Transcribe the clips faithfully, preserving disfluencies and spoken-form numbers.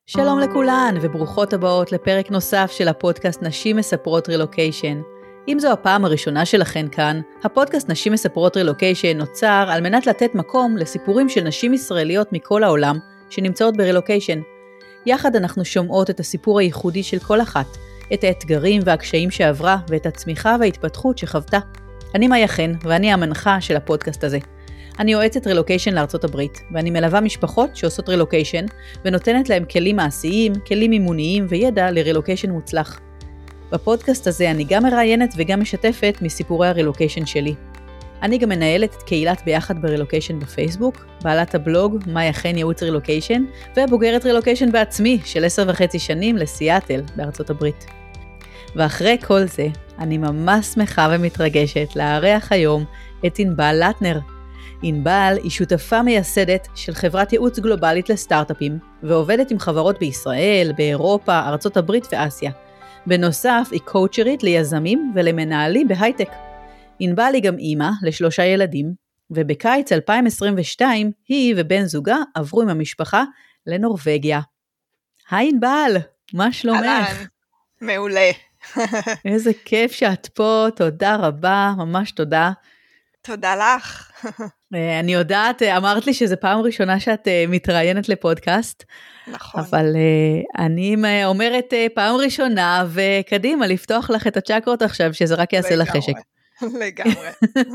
שלום לכולן וברוכות הבאות לפרק נוסף של הפודקאסט נשים מספרות רילוקיישן. אם זו הפעם הראשונה שלכן כאן, הפודקאסט נשים מספרות רילוקיישן נוצר על מנת לתת מקום לסיפורים של נשים ישראליות מכל העולם שנמצאות ברילוקיישן. יחד אנחנו שומעות את הסיפור הייחודי של כל אחת, את האתגרים והקשיים שעברה ואת הצמיחה וההתפתחות שחוותה. אני מאיה חן ואני המנחה של הפודקאסט הזה. אני יועצת רילוקיישן לארצות הברית, ואני מלווה משפחות שעושות רילוקיישן, ונותנת להם כלים מעשיים, כלים מימוניים וידע לרילוקיישן מוצלח. בפודקאסט הזה אני גם מראיינת וגם משתפת מסיפורי הרילוקיישן שלי. אני גם מנהלת את קהילת ביחד ברילוקיישן בפייסבוק, בעלת הבלוג מאיה חן ייעוץ רילוקיישן, ובוגרת רילוקיישן בעצמי של עשר וחצי שנים לסיאטל בארצות הברית. ואחרי כל זה, אני ממש שמחה ומתרגשת לארח היום את ענבל לטנר. ענבל היא שותפה מייסדת של חברת ייעוץ גלובלית לסטארט-אפים, ועובדת עם חברות בישראל, באירופה, ארצות הברית ואסיה. בנוסף, היא קואוצ'רית ליזמים ולמנהלים בהייטק. ענבל היא גם אימא לשלושה ילדים, ובקיץ אלפיים עשרים ושתיים היא ובן זוגה עברו עם המשפחה לנורווגיה. היי ענבל, מה שלומך? אהלן, מעולה. איזה כיף שאת פה, תודה רבה, ממש תודה. תודה לך. אני יודעת, אמרת לי שזו פעם ראשונה שאת מתראיינת לפודקאסט. נכון. אבל אני אומרת פעם ראשונה, וקדימה, לפתוח לך את הצ'קרות עכשיו, שזה רק יעשה לך חשק. לגמרי.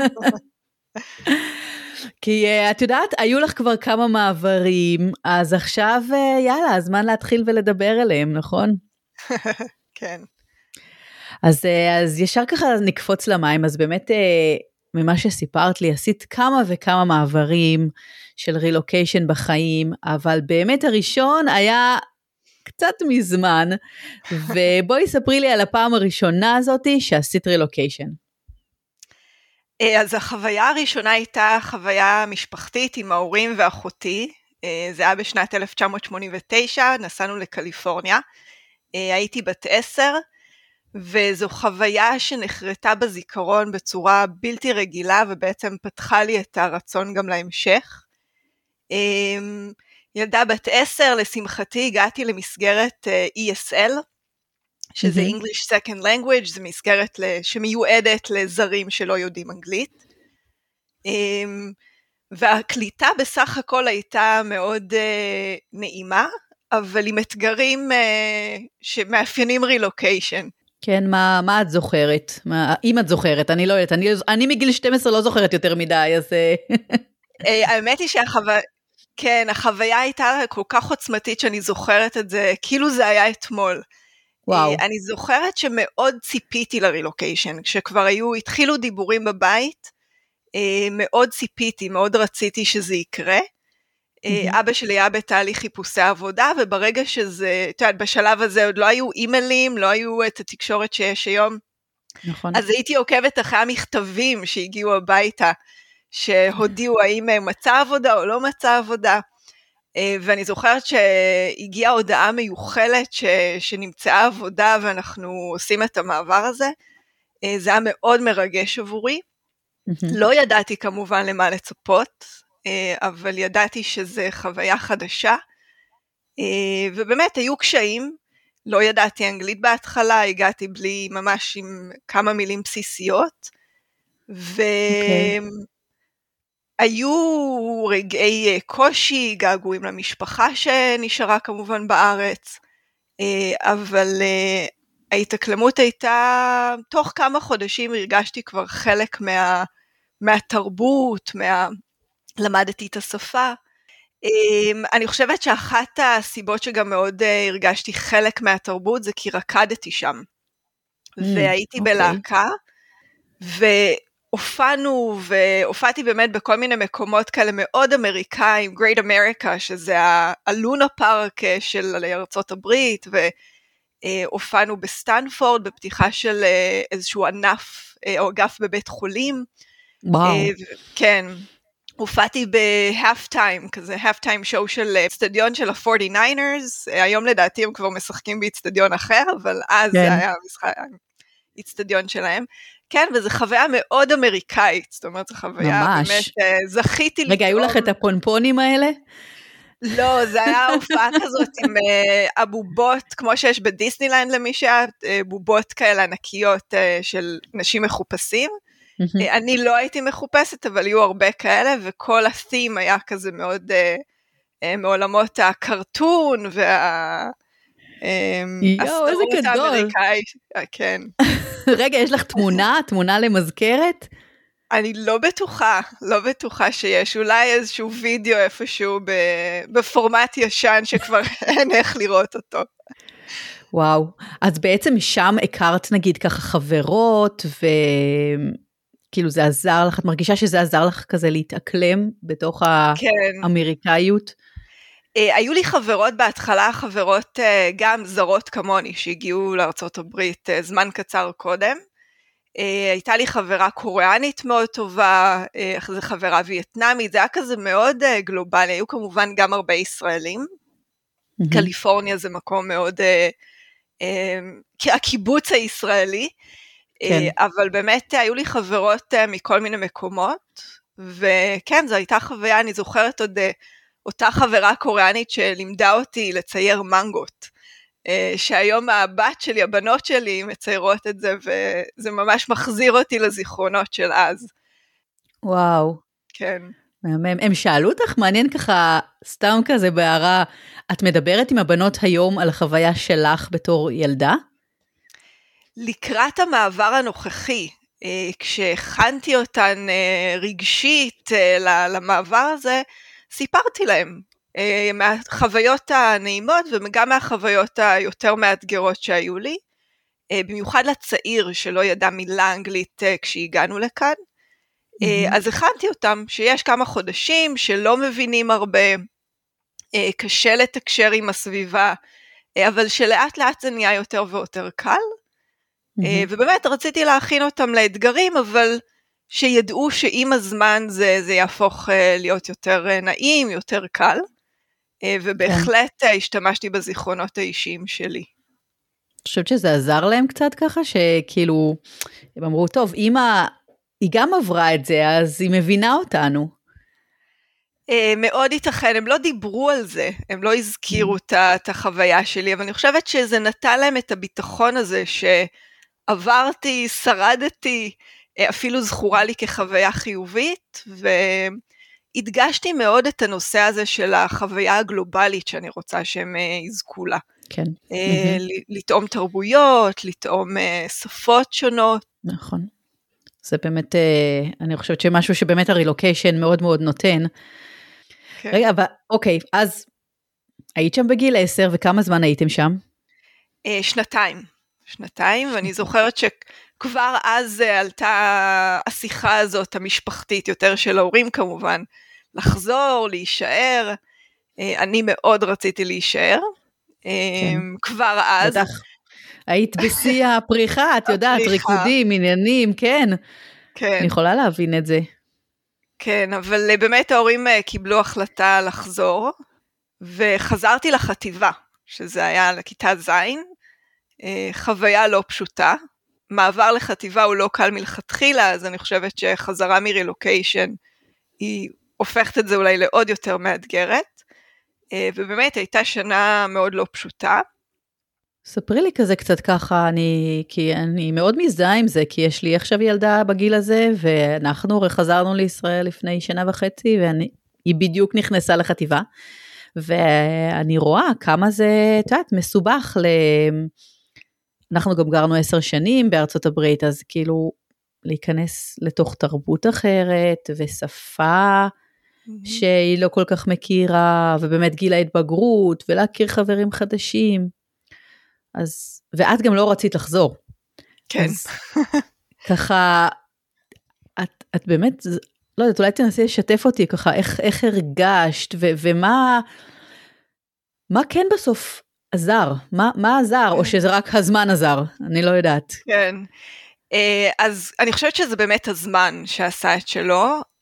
כי את יודעת, היו לך כבר כמה מעברים, אז עכשיו יאללה, הזמן להתחיל ולדבר אליהם, נכון? כן. אז, אז ישר ככה נקפוץ למים, אז באמת ממה שסיפרת לי, עשית כמה וכמה מעברים של רילוקיישן בחיים, אבל באמת הראשון היה קצת מזמן, ובואי ספרי לי על הפעם הראשונה הזאת שעשית רילוקיישן. אז החוויה הראשונה הייתה חוויה משפחתית עם ההורים ואחותי, זה היה בשנת אלף תשע מאות שמונים ותשע, נסענו לקליפורניה, הייתי בת עשר, וזו חוויה שנחרטה בזיכרון בצורה בלתי רגילה, ובעצם פתחה לי את הרצון גם להמשך. ילדה בת עשר, לשמחתי הגעתי למסגרת E S L, שזה mm-hmm. English Second Language, זו מסגרת שמיועדת לזרים שלא יודעים אנגלית. והקליטה בסך הכל הייתה מאוד נעימה, אבל עם אתגרים שמאפיינים רילוקיישן. כן, מה, מה את זוכרת? מה, אם את זוכרת, אני לא יודעת, אני, אני מגיל שתים עשרה לא זוכרת יותר מדי, אז... האמת היא שהחוויה, כן, החוויה הייתה כל כך עוצמתית שאני זוכרת את זה, כאילו זה היה אתמול. וואו. אני זוכרת שמאוד ציפיתי לרילוקיישן, כשכבר היו, התחילו דיבורים בבית, מאוד ציפיתי, מאוד רציתי שזה יקרה, אבא שלי היה בתהליך חיפושי עבודה, וברגע שזה, את יודעת, בשלב הזה עוד לא היו אימיילים, לא היו את התקשורת שיש היום, נכון. אז הייתי עוקבת אחרי המכתבים שהגיעו הביתה, שהודיעו האם מצא עבודה או לא מצא עבודה, ואני זוכרת שהגיעה הודעה מיוחלת ש, שנמצאה עבודה, ואנחנו עושים את המעבר הזה, זה היה מאוד מרגש עבורי, לא ידעתי כמובן למה לצפות, אבל ידעתי שזה חוויה חדשה, ובאמת היו קשיים, לא ידעתי אנגלית בהתחלה, הגעתי בלי ממש עם כמה מילים בסיסיות, והיו okay. רגעי קושי, געגועים למשפחה שנשארה כמובן בארץ, אבל ההתאקלמות הייתה, תוך כמה חודשים הרגשתי כבר חלק מה, מהתרבות, מה... למדתי את השפה. אני חושבת שאחת הסיבות שגם מאוד הרגשתי חלק מהתרבות, זה כי רקדתי שם. והייתי בלהקה, והופענו, והופעתי באמת בכל מיני מקומות כאלה מאוד אמריקאים, Great America, שזה הלונה פארק של ארצות הברית, והופענו בסטנפורד, בפתיחה של איזשהו ענף, או אגף בבית חולים. וואו. כן. הופעתי ב-half time, כזה half time show של אצטדיון של ה-פורטי ניינרס, היום לדעתי הם כבר משחקים באצטדיון אחר, אבל אז כן. זה היה אצטדיון שלהם, כן, וזו חוויה מאוד אמריקאית, זאת אומרת, זו חוויה ממש. באמת, זכיתי רגע, היו לך את הפונפונים האלה? לא, זה היה הופעה כזאת עם uh, הבובות, כמו שיש בדיסנילנד למי שהיה, uh, בובות כאלה ענקיות uh, של נשים מחופשים. Mm-hmm. Uh, אני לא הייתי מחופשת, אבל היו הרבה כאלה, וכל הסים היה כזה מאוד uh, uh, מעולמות הקרטון, וה... יואו, איזה גדול. האמריקאי, כן. רגע, יש לך תמונה? תמונה למזכרת? אני לא בטוחה, לא בטוחה שיש, אולי איזשהו וידאו איפשהו בפורמט ישן שכבר אין איך לראות אותו. וואו, אז בעצם שם הכרת נגיד ככה חברות, וכאילו זה עזר לך, את מרגישה שזה עזר לך כזה להתאקלם בתוך האמריקאיות? היו לי חברות בהתחלה, חברות גם זרות כמוני, שהגיעו לארצות הברית זמן קצר קודם, הייתה לי חברה קוריאנית מאוד טובה, אחרי זה חברה וייטנאמית, זה היה כזה מאוד גלובלי, היו כמובן גם הרבה ישראלים, mm-hmm. קליפורניה זה מקום מאוד, הקיבוץ הישראלי, כן. אבל באמת היו לי חברות מכל מיני מקומות, וכן, זו הייתה חוויה, אני זוכרת עוד אותה חברה קוריאנית שלימדה אותי לצייר מנגות, שהיום הבת שלי, הבנות שלי מציירות את זה, וזה ממש מחזיר אותי לזיכרונות של אז. וואו. כן. מהמם. הם שאלו אותך, מעניין ככה, סתם כזה בהערה, את מדברת עם הבנות היום על החוויה שלך בתור ילדה? לקראת המעבר הנוכחי, כשהכנתי אותן רגשית למעבר הזה, סיפרתי להם. מהחוויות הנעימות וגם מהחוויות היותר מאתגרות שהיו לי, במיוחד לצעיר שלא ידע מילה אנגלית כשהגענו לכאן, mm-hmm. אז הכנתי אותם שיש כמה חודשים שלא מבינים הרבה, קשה לתקשר עם הסביבה, אבל שלאט לאט זה נהיה יותר ויותר קל, mm-hmm. ובאמת רציתי להכין אותם לאתגרים, אבל שידעו שעם הזמן זה, זה יהפוך להיות יותר נעים, יותר קל, ובהחלט השתמשתי בזיכרונות האישיים שלי. אני חושבת שזה עזר להם קצת ככה, שכאילו, הם אמרו, טוב, אמא, היא גם עברה את זה, אז היא מבינה אותנו. מאוד ייתכן, הם לא דיברו על זה, הם לא הזכירו את החוויה שלי, אבל אני חושבת שזה נתן להם את הביטחון הזה, שעברתי, שרדתי, אפילו זכורה לי כחוויה חיובית, ו... הדגשתי מאוד את הנושא הזה של החוויה הגלובלית שאני רוצה שהם יזכו לה. כן. לטעום תרבויות, לטעום שפות שונות. נכון. זה באמת, אני חושבת שמשהו שבאמת הרילוקיישן מאוד מאוד נותן. רגע, אבל אוקיי, אז היית שם בגיל עשר, וכמה זמן הייתם שם? שנתיים. שנתיים, ואני זוכרת שכבר אז עלתה השיחה הזאת המשפחתית, יותר של ההורים כמובן, לחזור, להישאר, אני מאוד רציתי להישאר, כן. כבר אז. בטח, היית בשיא הפריחה, את יודעת, ריקודים, עניינים, כן. כן. אני יכולה להבין את זה. כן, אבל באמת ההורים קיבלו החלטה לחזור, וחזרתי לחטיבה, שזה היה לכיתה זין, חוויה לא פשוטה, מעבר לחטיבה הוא לא קל מלכתחילה, אז אני חושבת שחזרה מרילוקיישן, היא הופכת את זה אולי לעוד יותר מאתגרת, ובאמת הייתה שנה מאוד לא פשוטה. ספרי לי כזה קצת ככה, אני, כי אני מאוד מזדהה עם זה, כי יש לי עכשיו ילדה בגיל הזה, ואנחנו חזרנו לישראל לפני שנה וחצי, והיא בדיוק נכנסה לחטיבה, ואני רואה כמה זה, את יודעת, מסובך ל... אנחנו גם גרנו עשר שנים בארצות הברית, אז כאילו להיכנס לתוך תרבות אחרת, ושפה mm-hmm. שהיא לא כל כך מכירה, ובאמת גיל ההתבגרות, ולהכיר חברים חדשים, אז, ואת גם לא רצית לחזור. כן. אז, ככה, את, את באמת, לא יודעת, אולי תנסי לשתף אותי ככה, איך, איך הרגשת, ו, ומה, מה כן בסוף עזר? מה, מה עזר? או שזה רק הזמן עזר? אני לא יודעת. כן. אז אני חושבת שזה באמת הזמן שעשה את שלו.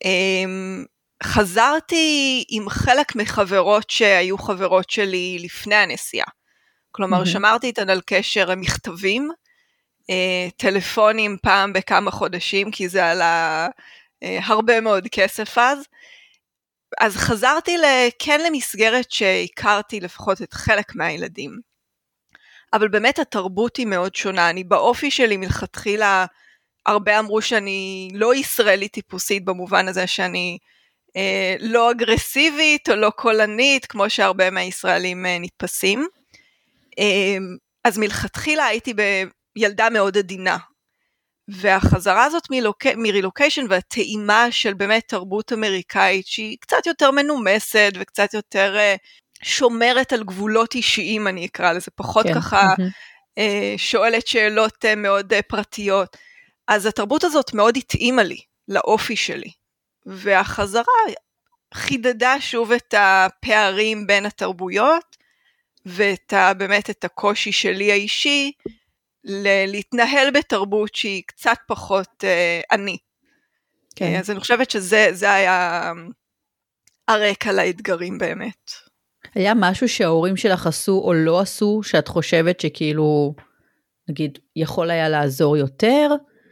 חזרתי עם חלק מחברות שהיו חברות שלי לפני הנסיעה. כלומר, mm-hmm. שמרתי איתן על קשר מכתבים, טלפונים פעם בכמה חודשים, כי זה עלה הרבה מאוד כסף אז. אז חזרתי כן למסגרת שהכרתי לפחות את חלק מהילדים. אבל באמת התרבות היא מאוד שונה. אני באופי שלי מלכתחילה, הרבה אמרו שאני לא ישראלית טיפוסית, במובן הזה שאני אה, לא אגרסיבית או לא קולנית, כמו שהרבה מהישראלים אה, נתפסים. אה, אז מלכתחילה הייתי בילדה מאוד עדינה. והחזרה הזאת מרילוקיישן והטעימה של באמת תרבות אמריקאית, שהיא קצת יותר מנומסת וקצת יותר שומרת על גבולות אישיים, אני אקרא לזה, פחות כן. ככה mm-hmm. שואלת שאלות מאוד פרטיות. אז התרבות הזאת מאוד התאימה לי, לאופי שלי. והחזרה חידדה שוב את הפערים בין התרבויות, ואת באמת את הקושי שלי האישי, להתנהל בתרבות שהיא קצת פחות אה, עני. כן. אז אני חושבת שזה זה היה הרקע לאתגרים באמת. היה משהו שההורים שלך עשו או לא עשו, שאת חושבת שכאילו, נגיד, יכול היה לעזור יותר?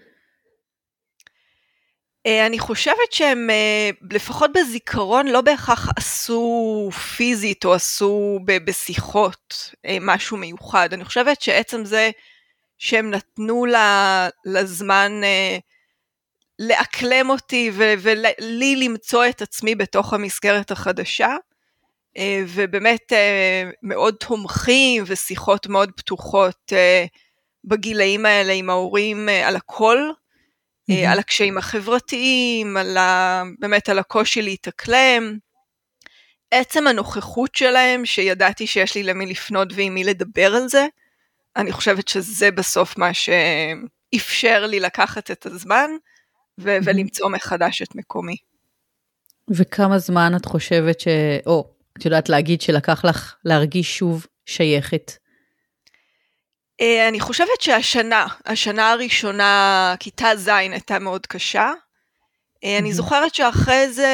אני חושבת שהם, לפחות בזיכרון, לא בהכרח עשו פיזית או עשו בשיחות משהו מיוחד. אני חושבת שעצם זה, שהם נתנו לה, לזמן אה, לאקלם אותי ו- ולי למצוא את עצמי בתוך המסגרת החדשה, אה, ובאמת אה, מאוד תומכים ושיחות מאוד פתוחות אה, בגילאים האלה עם ההורים אה, על הכל, mm-hmm. אה, על הקשיים החברתיים, על ה- באמת על הקושי להתאקלם, עצם הנוכחות שלהם שידעתי שיש לי למי לפנות ועם מי לדבר על זה, אני חושבת שזה בסוף מה שאפשר לי לקחת את הזמן, ו- ולמצוא מחדש את מקומי. וכמה זמן את חושבת ש... או, את יודעת להגיד שלקח לך להרגיש שוב שייכת? אני חושבת שהשנה, השנה הראשונה, כיתה ז' הייתה מאוד קשה. אני זוכרת שאחרי זה...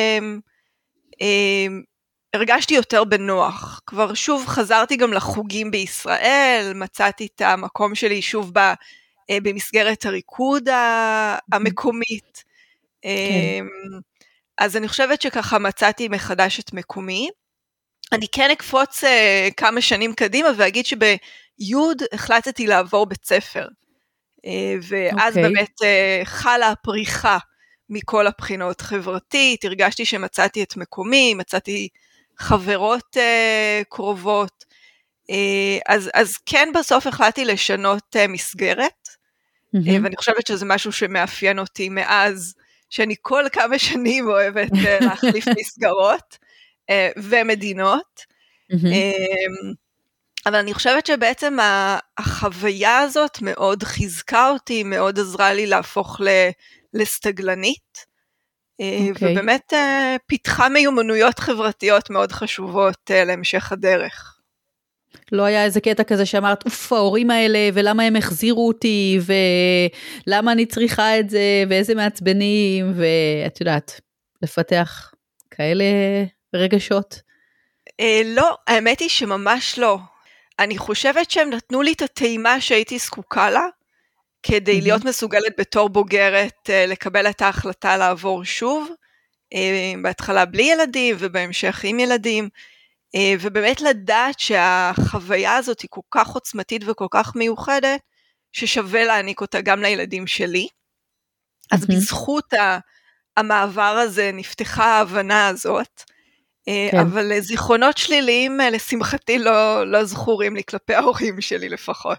הרגשתי יותר בנוח, כבר שוב חזרתי גם לחוגים בישראל, מצאתי את המקום שלי שוב ב, במסגרת הריקוד המקומית, כן. אז אני חושבת שככה מצאתי מחדש את מקומי, אני כן אקפוץ כמה שנים קדימה ואגיד שביוד החלטתי לעבור בית ספר, ואז okay. באמת חלה הפריחה מכל הבחינות חברתית, הרגשתי שמצאתי את מקומי, מצאתי חברות uh, קרובות, uh, אז, אז כן בסוף החלטתי לשנות uh, מסגרת, mm-hmm. uh, ואני חושבת שזה משהו שמאפיין אותי מאז, שאני כל כמה שנים אוהבת uh, להחליף מסגרות uh, ומדינות, mm-hmm. uh, אבל אני חושבת שבעצם החוויה הזאת מאוד חיזקה אותי, מאוד עזרה לי להפוך ל... לסטגלנית, okay. ובאמת פיתחה מיומנויות חברתיות מאוד חשובות להמשך הדרך. לא היה איזה קטע כזה שאמרת, אוף, ההורים האלה, ולמה הם החזירו אותי, ולמה אני צריכה את זה, ואיזה מעצבנים, ואת יודעת, לפתח כאלה רגשות? לא, האמת היא שממש לא. אני חושבת שהם נתנו לי את הטעימה שהייתי זקוקה לה, כדי mm-hmm. להיות מסוגלת בתור בוגרת, לקבל את ההחלטה לעבור שוב, בהתחלה בלי ילדים ובהמשך עם ילדים, ובאמת לדעת שהחוויה הזאת היא כל כך עוצמתית וכל כך מיוחדת, ששווה להעניק אותה גם לילדים שלי. אז mm-hmm. בזכות המעבר הזה נפתחה ההבנה הזאת, כן. אבל זיכרונות שליליים לשמחתי לא, לא זכורים לי כלפי ההורים שלי לפחות.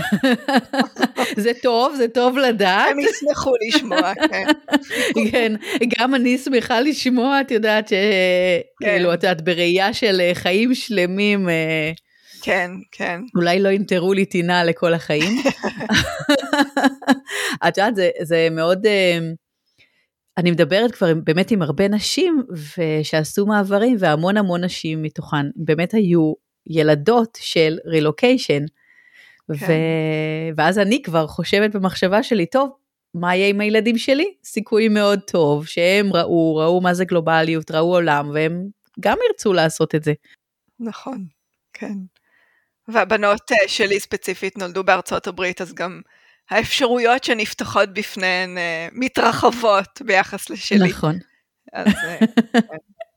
זה טוב, זה טוב לדעת. הם ישמחו לשמוע, כן. כן, גם אני שמחה לשמוע, את יודעת שכאילו, את יודעת, בראייה של חיים שלמים, כן, כן. אולי לא ינטרו לי טינה לכל החיים. את יודעת, זה, זה מאוד, אני מדברת כבר באמת עם הרבה נשים, ושעשו מעברים, והמון המון נשים מתוכן, באמת היו ילדות של רילוקיישן, כן. ו... ואז אני כבר חושבת במחשבה שלי, טוב, מה יהיה עם הילדים שלי? סיכוי מאוד טוב, שהם ראו, ראו מה זה גלובליות, ראו עולם, והם גם ירצו לעשות את זה. נכון, כן. והבנות שלי ספציפית נולדו בארצות הברית, אז גם האפשרויות שנפתחות בפניהן מתרחבות ביחס לשלי. נכון. אז, כן.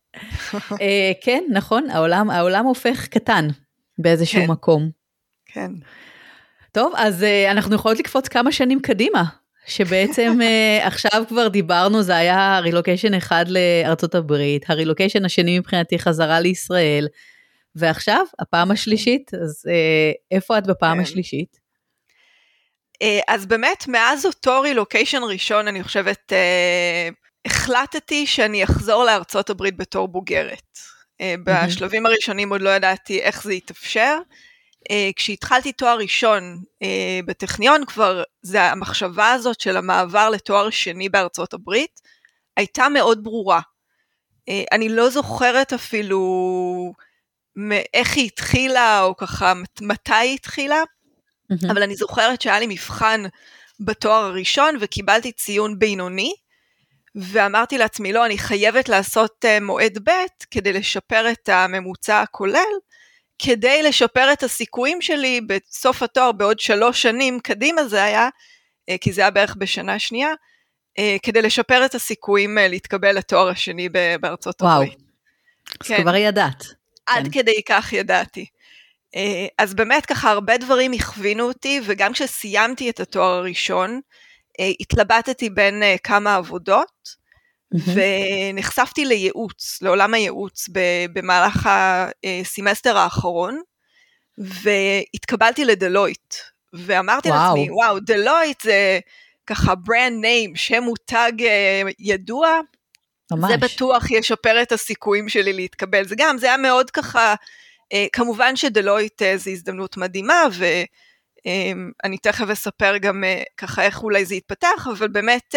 כן, נכון, העולם, העולם הופך קטן באיזשהו כן. מקום. כן. טוב, אז אנחנו יכולות לקפוץ כמה שנים קדימה, שבעצם עכשיו כבר דיברנו, זה היה רילוקיישן אחד לארצות הברית, הרילוקיישן השני מבחינתי חזרה לישראל, ועכשיו, הפעם השלישית, אז איפה את בפעם כן. השלישית? אז באמת, מאז אותו רילוקיישן ראשון, אני חושבת, החלטתי שאני אחזור לארצות הברית בתור בוגרת. בשלבים הראשונים עוד לא ידעתי איך זה יתאפשר. כשהתחלתי תואר ראשון בטכניון, כבר זה המחשבה הזאת של המעבר לתואר שני בארצות הברית, הייתה מאוד ברורה. אני לא זוכרת אפילו איך היא התחילה, או ככה מתי היא התחילה, אבל אני זוכרת שהיה לי מבחן בתואר הראשון, וקיבלתי ציון בינוני, ואמרתי לעצמי, לא, אני חייבת לעשות מועד ב' כדי לשפר את הממוצע הכולל, כדי לשפר את הסיכויים שלי בסוף התואר בעוד שלוש שנים, קדימה זה היה, כי זה היה בערך בשנה שנייה, כדי לשפר את הסיכויים להתקבל לתואר השני בארצות הברית. וואו, אז כבר ידעת. עד כדי כך ידעתי. אז באמת ככה הרבה דברים הכווינו אותי, וגם כשסיימתי את התואר הראשון, התלבטתי בין כמה עבודות, ונחשפתי לייעוץ, לעולם הייעוץ במהלך הסמסטר האחרון, והתקבלתי לדלויט, ואמרתי לעצמי, וואו, דלויט זה ככה brand name, שם מותג ידוע, זה בטוח ישפר את הסיכויים שלי להתקבל, זה גם, זה היה מאוד ככה, כמובן שדלויט זה הזדמנות מדהימה, ואני תכף אספר גם ככה איך אולי זה יתפתח, אבל באמת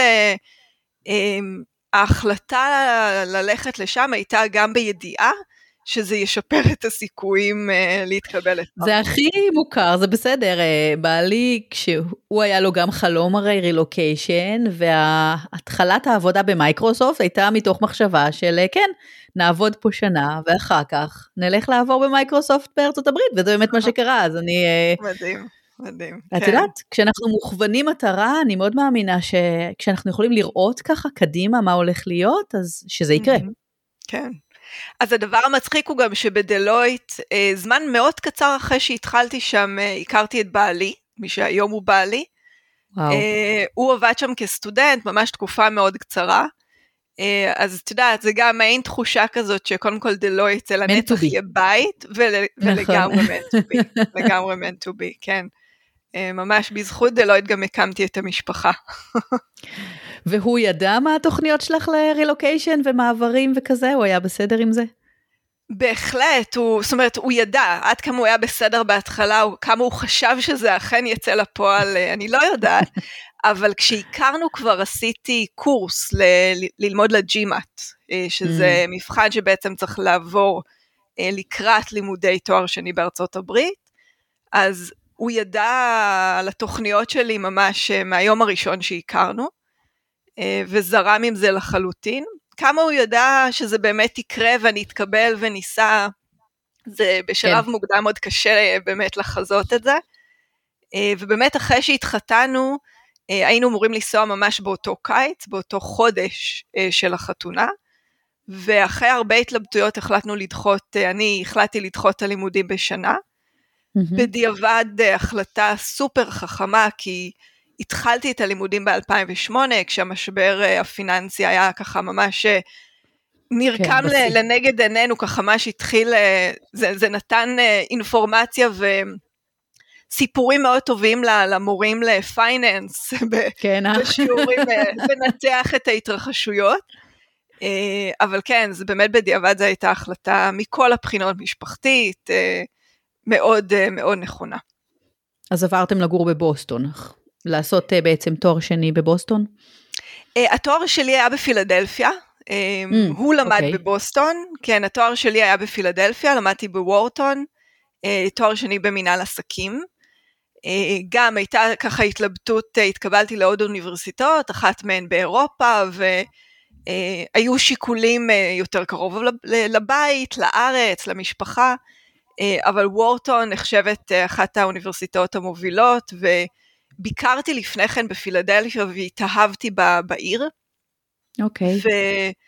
ההחלטה ללכת לשם הייתה גם בידיעה, שזה ישפר את הסיכויים להתקבל. זה הכי מוכר, זה בסדר, בעלי כשהוא היה לו גם חלום הרי רילוקיישן, והתחלת העבודה במייקרוסופט הייתה מתוך מחשבה של כן, נעבוד פה שנה, ואחר כך נלך לעבור במייקרוסופט בארצות הברית, וזה באמת מה שקרה, אז אני... מדהים, מדהים. את יודעת, כשאנחנו מוכוונים מטרה, אני מאוד מאמינה שכשאנחנו יכולים לראות ככה קדימה מה הולך להיות, אז שזה יקרה. כן. אז הדבר המצחיק הוא גם שבדלויט, זמן מאוד קצר אחרי שהתחלתי שם, הכרתי את בעלי, מי שהיום הוא בעלי. וואו. הוא עבד שם כסטודנט, ממש תקופה מאוד קצרה. אז את יודעת, זה גם מעין תחושה כזאת, שקודם כל דלויט זה לנצח יהיה בית, ולגמרי meant to be, לגמרי meant to be, כן. ממש בזכות דלויט גם הקמתי את המשפחה. והוא ידע מה התוכניות שלך לרילוקיישן ומעברים וכזה? הוא היה בסדר עם זה? בהחלט, הוא, זאת אומרת, הוא ידע, עד כמה הוא היה בסדר בהתחלה, כמה הוא חשב שזה אכן יצא לפועל, אני לא יודעת, אבל כשהכרנו כבר עשיתי קורס ל- ללמוד לג'ימאט, שזה mm. מבחן שבעצם צריך לעבור לקראת לימודי תואר שני בארצות הברית, אז הוא ידע על התוכניות שלי ממש מהיום הראשון שהכרנו, וזרם עם זה לחלוטין. כמה הוא ידע שזה באמת יקרה ואני אתקבל וניסה, זה בשלב כן. מוקדם עוד קשה באמת לחזות את זה. ובאמת אחרי שהתחתנו, היינו אמורים לנסוע ממש באותו קיץ, באותו חודש של החתונה, ואחרי הרבה התלבטויות החלטנו לדחות, אני החלטתי לדחות את הלימודים בשנה, mm-hmm. בדיעבד החלטה סופר חכמה, כי התחלתי את הלימודים ב-אלפיים ושמונה, כשהמשבר הפיננסי היה ככה ממש נרקם כן, לנגד עינינו, ככה ממש התחיל, זה, זה נתן אינפורמציה וסיפורים מאוד טובים למורים לפייננס, כן, בשיעורים לנתח את ההתרחשויות, אבל כן, זה באמת בדיעבד זו הייתה החלטה מכל הבחינות משפחתית, מאוד מאוד נכונה. אז עברתם לגור בבוסטון, לעשות בעצם תואר שני בבוסטון? התואר שלי היה בפילדלפיה, הוא למד בבוסטון, כן, התואר שלי היה בפילדלפיה, למדתי בוורטון, תואר שני במנהל עסקים, גם הייתה ככה התלבטות, התקבלתי לעוד אוניברסיטאות, אחת מהן באירופה, והיו שיקולים יותר קרוב לבית, לארץ, למשפחה, אבל וורטון נחשבת אחת האוניברסיטאות המובילות, וביקרתי לפני כן בפילדלפיה, והתאהבתי בעיר. אוקיי.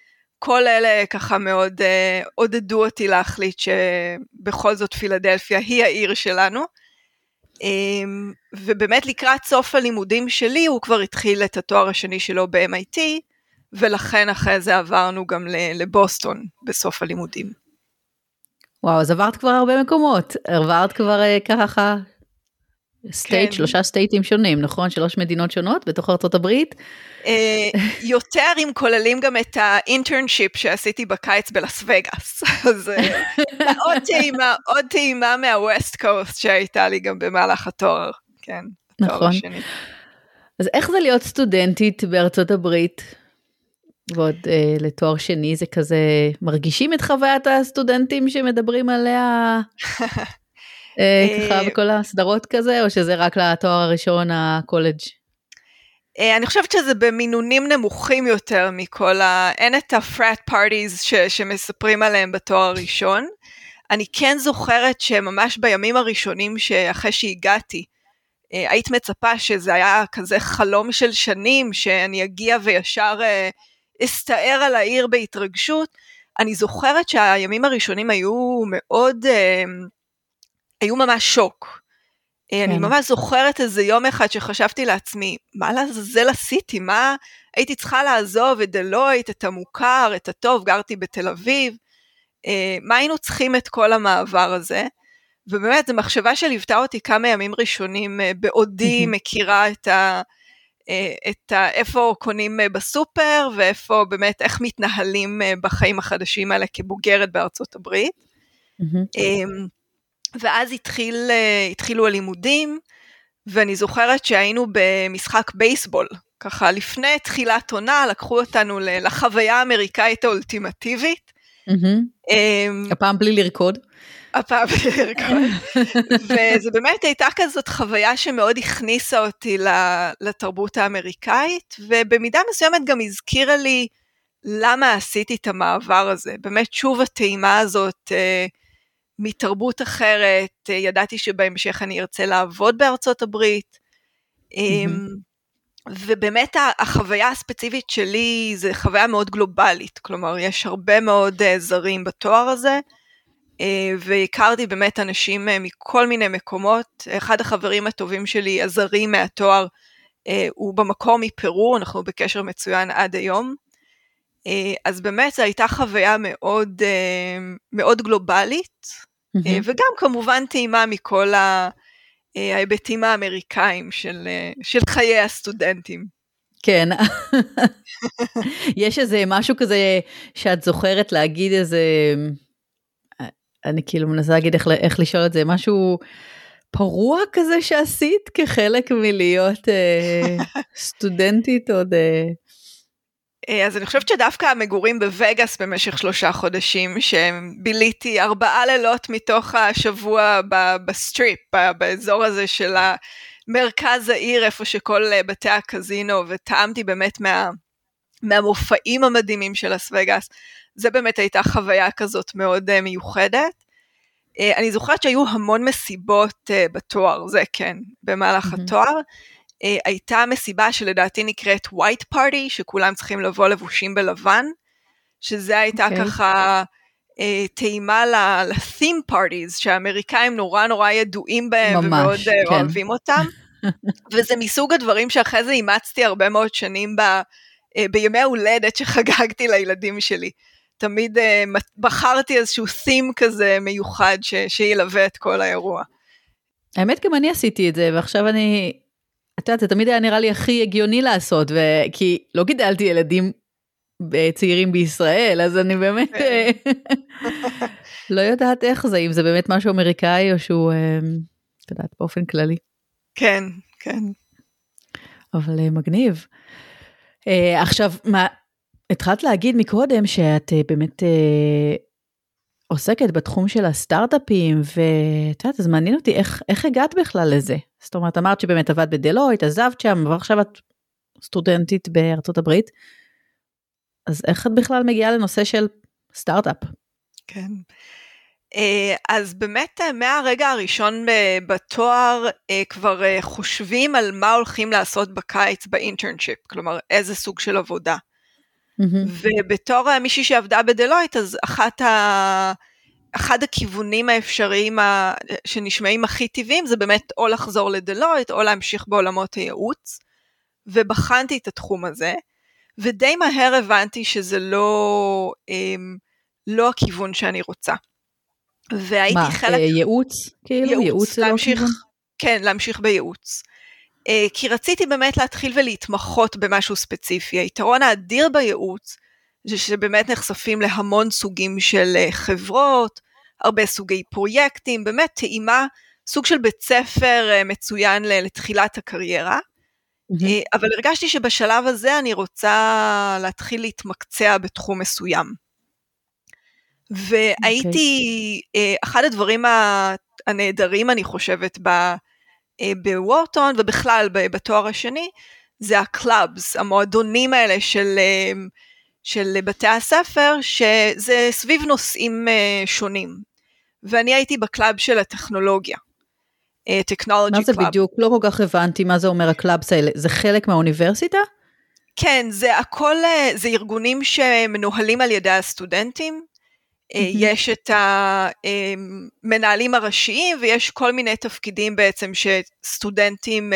כל אלה ככה מאוד uh, עודדו אותי להחליט שבכל זאת פילדלפיה היא העיר שלנו, um, ובאמת לקראת סוף הלימודים שלי, הוא כבר התחיל את התואר השני שלו ב-אם איי טי, ולכן אחרי זה עברנו גם לבוסטון בסוף הלימודים. וואו, אז עברת כבר הרבה מקומות, עברת כבר uh, ככה, סטייט, כן. שלושה סטייטים שונים, נכון? שלוש מדינות שונות בתוך ארצות הברית? יותר אם כוללים גם את האינטרנשיפ שעשיתי בקיץ בלס וגאס, אז עוד טעימה, עוד טעימה מהווסט קוסט שהייתה לי גם במהלך התואר, כן, נכון. אז איך זה להיות סטודנטית בארצות הברית? ועוד אה, לתואר שני זה כזה, מרגישים את חוויית הסטודנטים שמדברים עליה אה, ככה בכל הסדרות כזה, או שזה רק לתואר הראשון, הקולג'? אני חושבת שזה במינונים נמוכים יותר מכל ה... אין את הפרט פארטיז ש... שמספרים עליהם בתואר הראשון. אני כן זוכרת שממש בימים הראשונים שאחרי שהגעתי, היית מצפה שזה היה כזה חלום של שנים, שאני אגיע וישר אסתער על העיר בהתרגשות. אני זוכרת שהימים הראשונים היו מאוד, היו ממש שוק. אני ממש זוכרת איזה יום אחד שחשבתי לעצמי, מה לעזאזל עשיתי? מה הייתי צריכה לעזוב את דלויט, את המוכר, את הטוב, גרתי בתל אביב, מה היינו צריכים את כל המעבר הזה? ובאמת, זו מחשבה שליוותה אותי כמה ימים ראשונים, בעודי מכירה את ה... את ה... איפה קונים בסופר, ואיפה באמת, איך מתנהלים בחיים החדשים האלה כבוגרת בארצות הברית. ואז התחיל, התחילו הלימודים, ואני זוכרת שהיינו במשחק בייסבול, ככה לפני תחילת עונה, לקחו אותנו לחוויה האמריקאית האולטימטיבית. הפעם בלי לרקוד. הפעם בלי לרקוד. וזה באמת הייתה כזאת חוויה שמאוד הכניסה אותי לתרבות האמריקאית, ובמידה מסוימת גם הזכירה לי למה עשיתי את המעבר הזה. באמת שוב הטעימה הזאת, מתרבות אחרת, ידעתי שבהמשך אני ארצה לעבוד בארצות הברית, ובאמת החוויה הספציפית שלי זה חוויה מאוד גלובלית, כלומר יש הרבה מאוד זרים בתואר הזה, והכרתי באמת אנשים מכל מיני מקומות. אחד החברים הטובים שלי, הזרים מהתואר, הוא במקור מפרו, אנחנו בקשר מצוין עד היום, אז באמת זו הייתה חוויה מאוד, מאוד גלובלית, וגם כמובן טעימה מכל ההיבטים האמריקאים של, של חיי הסטודנטים. כן, יש איזה משהו כזה שאת זוכרת להגיד איזה, אני כאילו מנסה להגיד איך, איך לשאול את זה, משהו פרוע כזה שעשית כחלק מלהיות סטודנטית עוד... אז אני חושבת שדווקא המגורים בווגאס במשך שלושה חודשים, שביליתי ארבעה לילות מתוך השבוע בסטריפ, באזור הזה של מרכז העיר, איפה שכל בתי הקזינו, וטעמתי באמת מה, מהמופעים המדהימים של לס וגאס, זה באמת הייתה חוויה כזאת מאוד מיוחדת. אני זוכרת שהיו המון מסיבות בתואר, זה כן, במהלך mm-hmm. התואר, הייתה מסיבה שלדעתי נקראת White Party, שכולם צריכים לבוא לבושים בלבן, שזה הייתה okay. ככה טעימה ל-theme parties, שהאמריקאים נורא נורא ידועים בהם, ממש, ומאוד כן. אוהבים אותם, וזה מסוג הדברים שאחרי זה אימצתי הרבה מאוד שנים ב, בימי ההולדת שחגגתי לילדים שלי. תמיד בחרתי איזשהו theme כזה מיוחד ש, שילווה את כל האירוע. האמת גם אני עשיתי את זה, ועכשיו אני... את יודעת, זה תמיד היה נראה לי הכי הגיוני לעשות, כי לא גידלתי ילדים צעירים בישראל, אז אני באמת לא יודעת איך זה, אם זה באמת משהו אמריקאי, או שהוא, את יודעת, באופן כללי. כן, כן. אבל מגניב. עכשיו, מה, התחלת להגיד מקודם, שאת באמת עוסקת בתחום של הסטארט-אפים, ואת יודעת, אז מעניין אותי, איך, איך הגעת בכלל לזה? זאת אומרת, אמרת שבאמת עבדת בדלויט, עזבת שם, ועכשיו את סטודנטית בארצות הברית, אז איך את בכלל מגיעה לנושא של סטארט-אפ? כן, אז באמת מהרגע הראשון בתואר, כבר חושבים על מה הולכים לעשות בקיץ באינטרנשיפ, כלומר איזה סוג של עבודה. ובתור מישהי שעבדה בדלויט, אז אחת ה... אחד הכיוונים האפשריים שנשמעים הכי טבעיים, זה באמת או לחזור לדלויט, או להמשיך בעולמות הייעוץ, ובחנתי את התחום הזה, ודי מהר הבנתי שזה לא, לא הכיוון שאני רוצה. והייתי מה, חלק... ייעוץ? כאילו, ייעוץ, ייעוץ להמשיך, לא כן, להמשיך בייעוץ. כי רציתי באמת להתחיל ולהתמחות במשהו ספציפי. היתרון האדיר בייעוץ, זה שבאמת נחשפים להמון סוגים של חברות, הרבה סוגי פרויקטים, באמת טעימה, סוג של בית ספר מצוין לתחילת הקריירה, mm-hmm. אבל הרגשתי שבשלב הזה אני רוצה להתחיל להתמקצע בתחום מסוים. והייתי, okay. אחד הדברים הנהדרים אני חושבת בוורטון, ובכלל בתואר השני, זה הקלאבס, המועדונים האלה של... של בתי הספר, שזה סביב נושאים שונים. ואני הייתי בקלאב של הטכנולוגיה. טכנולוגי מה זה קלאב. בדיוק? לא כל כך הבנתי מה זה אומר הקלאבס האלה. זה חלק מהאוניברסיטה? כן, זה הכל, זה ארגונים שמנוהלים על ידי הסטודנטים. יש את המנהלים הראשיים, ויש כל מיני תפקידים בעצם שסטודנטים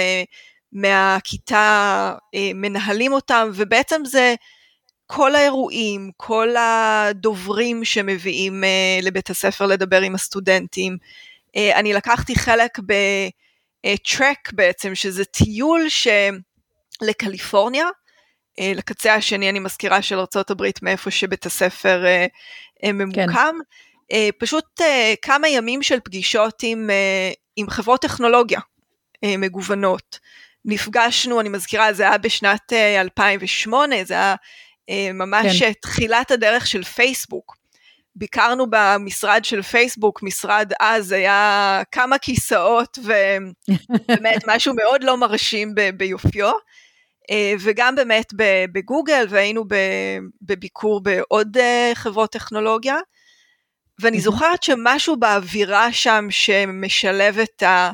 מהכיתה מנהלים אותם, ובעצם זה... כל האירועים, כל הדוברים שמביאים uh, לבית הספר לדבר עם הסטודנטים. Uh, אני לקחתי חלק בטרק בעצם, שזה טיול לקליפורניה, uh, לקצה השני, אני מזכירה של ארצות הברית, מאיפה שבית הספר uh, uh, ממוקם. כן. Uh, פשוט uh, כמה ימים של פגישות עם, uh, עם חברות טכנולוגיה uh, מגוונות. נפגשנו, אני מזכירה, זה היה בשנת uh, אלפיים ושמונה, זה היה... ממש כן. תחילת הדרך של פייסבוק. ביקרנו במשרד של פייסבוק, משרד אז היה כמה כיסאות, ובאמת משהו מאוד לא מרשים ביופיו, וגם באמת בגוגל, והיינו בביקור בעוד חברות טכנולוגיה, ואני זוכרת שמשהו באווירה שם, שמשלב את ה...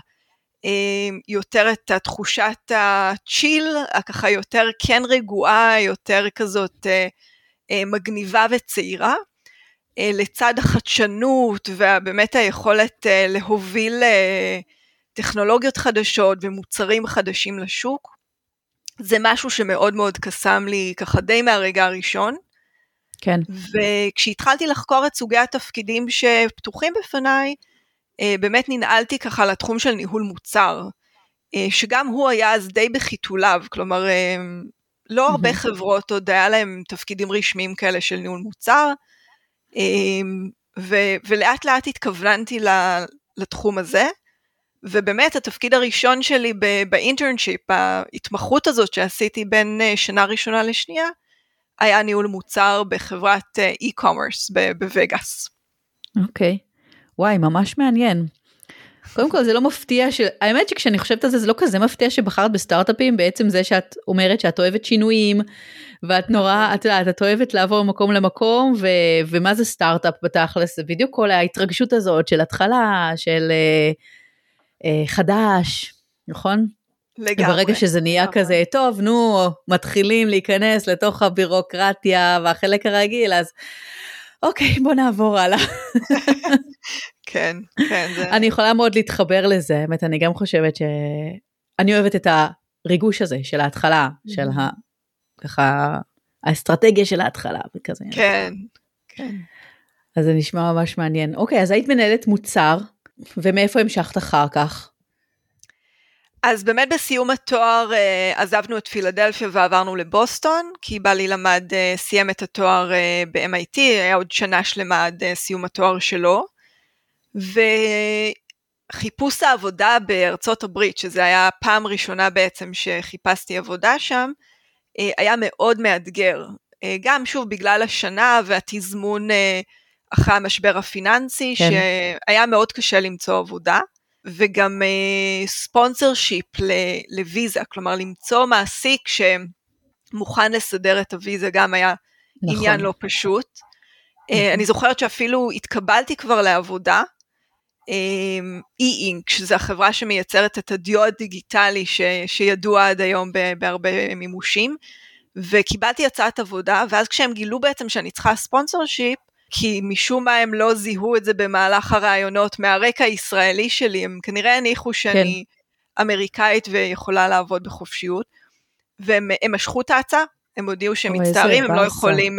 יותר את התחושת הצ'יל, ככה יותר כן רגועה, יותר כזאת מגניבה וצעירה, לצד החדשנות ובאמת היכולת להוביל טכנולוגיות חדשות ומוצרים חדשים לשוק. זה משהו שמאוד מאוד קסם לי ככה די מהרגע הראשון. כן. וכשהתחלתי לחקור את סוגי התפקידים שפתוחים בפניי, באמת ננעלתי ככה לתחום של ניהול מוצר, שגם הוא היה אז די בחיתוליו, כלומר, לא הרבה חברות עוד היה להם תפקידים רשמיים כאלה של ניהול מוצר, ו- ולאט לאט התכוונתי לתחום הזה, ובאמת התפקיד הראשון שלי באינטרנשיפ, ההתמחות הזאת שעשיתי בין שנה ראשונה לשנייה, היה ניהול מוצר בחברת e-commerce בווגאס. אוקיי. וואי, ממש מעניין. קודם כל, זה לא מפתיע, ש... האמת שכשאני חושבת על זה, זה לא כזה מפתיע שבחרת בסטארט-אפים, בעצם זה שאת אומרת שאת אוהבת שינויים, ואת נורא, את יודעת, את אוהבת לעבור ממקום למקום, ו... ומה זה סטארט-אפ בתכלס? זה בדיוק כל ההתרגשות הזאת של התחלה, של אה, אה, חדש, נכון? לגמרי. וברגע שזה נהיה לגמרי. כזה, טוב, נו, מתחילים להיכנס לתוך הבירוקרטיה, והחלק הרגיל, אז... אוקיי, בוא נעבור הלאה. כן, כן. זה... אני יכולה מאוד להתחבר לזה, באמת, אני גם חושבת שאני אוהבת את הריגוש הזה של ההתחלה, של ה... ככה, האסטרטגיה של ההתחלה, וכזה. כן, כן. אז זה נשמע ממש מעניין. אוקיי, אז היית מנהלת מוצר, ומאיפה המשכת אחר כך? אז באמת בסיום התואר עזבנו את פילדלפיה ועברנו לבוסטון, כי בעלי למד, סיים את התואר ב-אם איי טי, היה עוד שנה שלמה עד סיום התואר שלו, וחיפוש העבודה בארצות הברית, שזה היה פעם ראשונה בעצם שחיפשתי עבודה שם, היה מאוד מאתגר, גם שוב בגלל השנה והתזמון אחרי המשבר הפיננסי, כן. שהיה מאוד קשה למצוא עבודה, וגם ספונסר שיפ לוויזה, כלומר למצוא מעסיק שמוכן לסדר את הוויזה, גם היה נכון. עניין לא פשוט. נכון. אני זוכרת שאפילו התקבלתי כבר לעבודה, אי-אינק, שזו החברה שמייצרת את הדיו הדיגיטלי, ש, שידוע עד היום בהרבה מימושים, וקיבלתי הצעת עבודה, ואז כשהם גילו בעצם שאני צריכה ספונסורשיפ, כי משום מה הם לא זיהו את זה במהלך הרעיונות, מהרקע הישראלי שלי, הם כנראה הניחו שאני כן. אמריקאית ויכולה לעבוד בחופשיות, והם משכו את ההצעה, הם הודיעו שהם מצטערים, הם לא יכולים,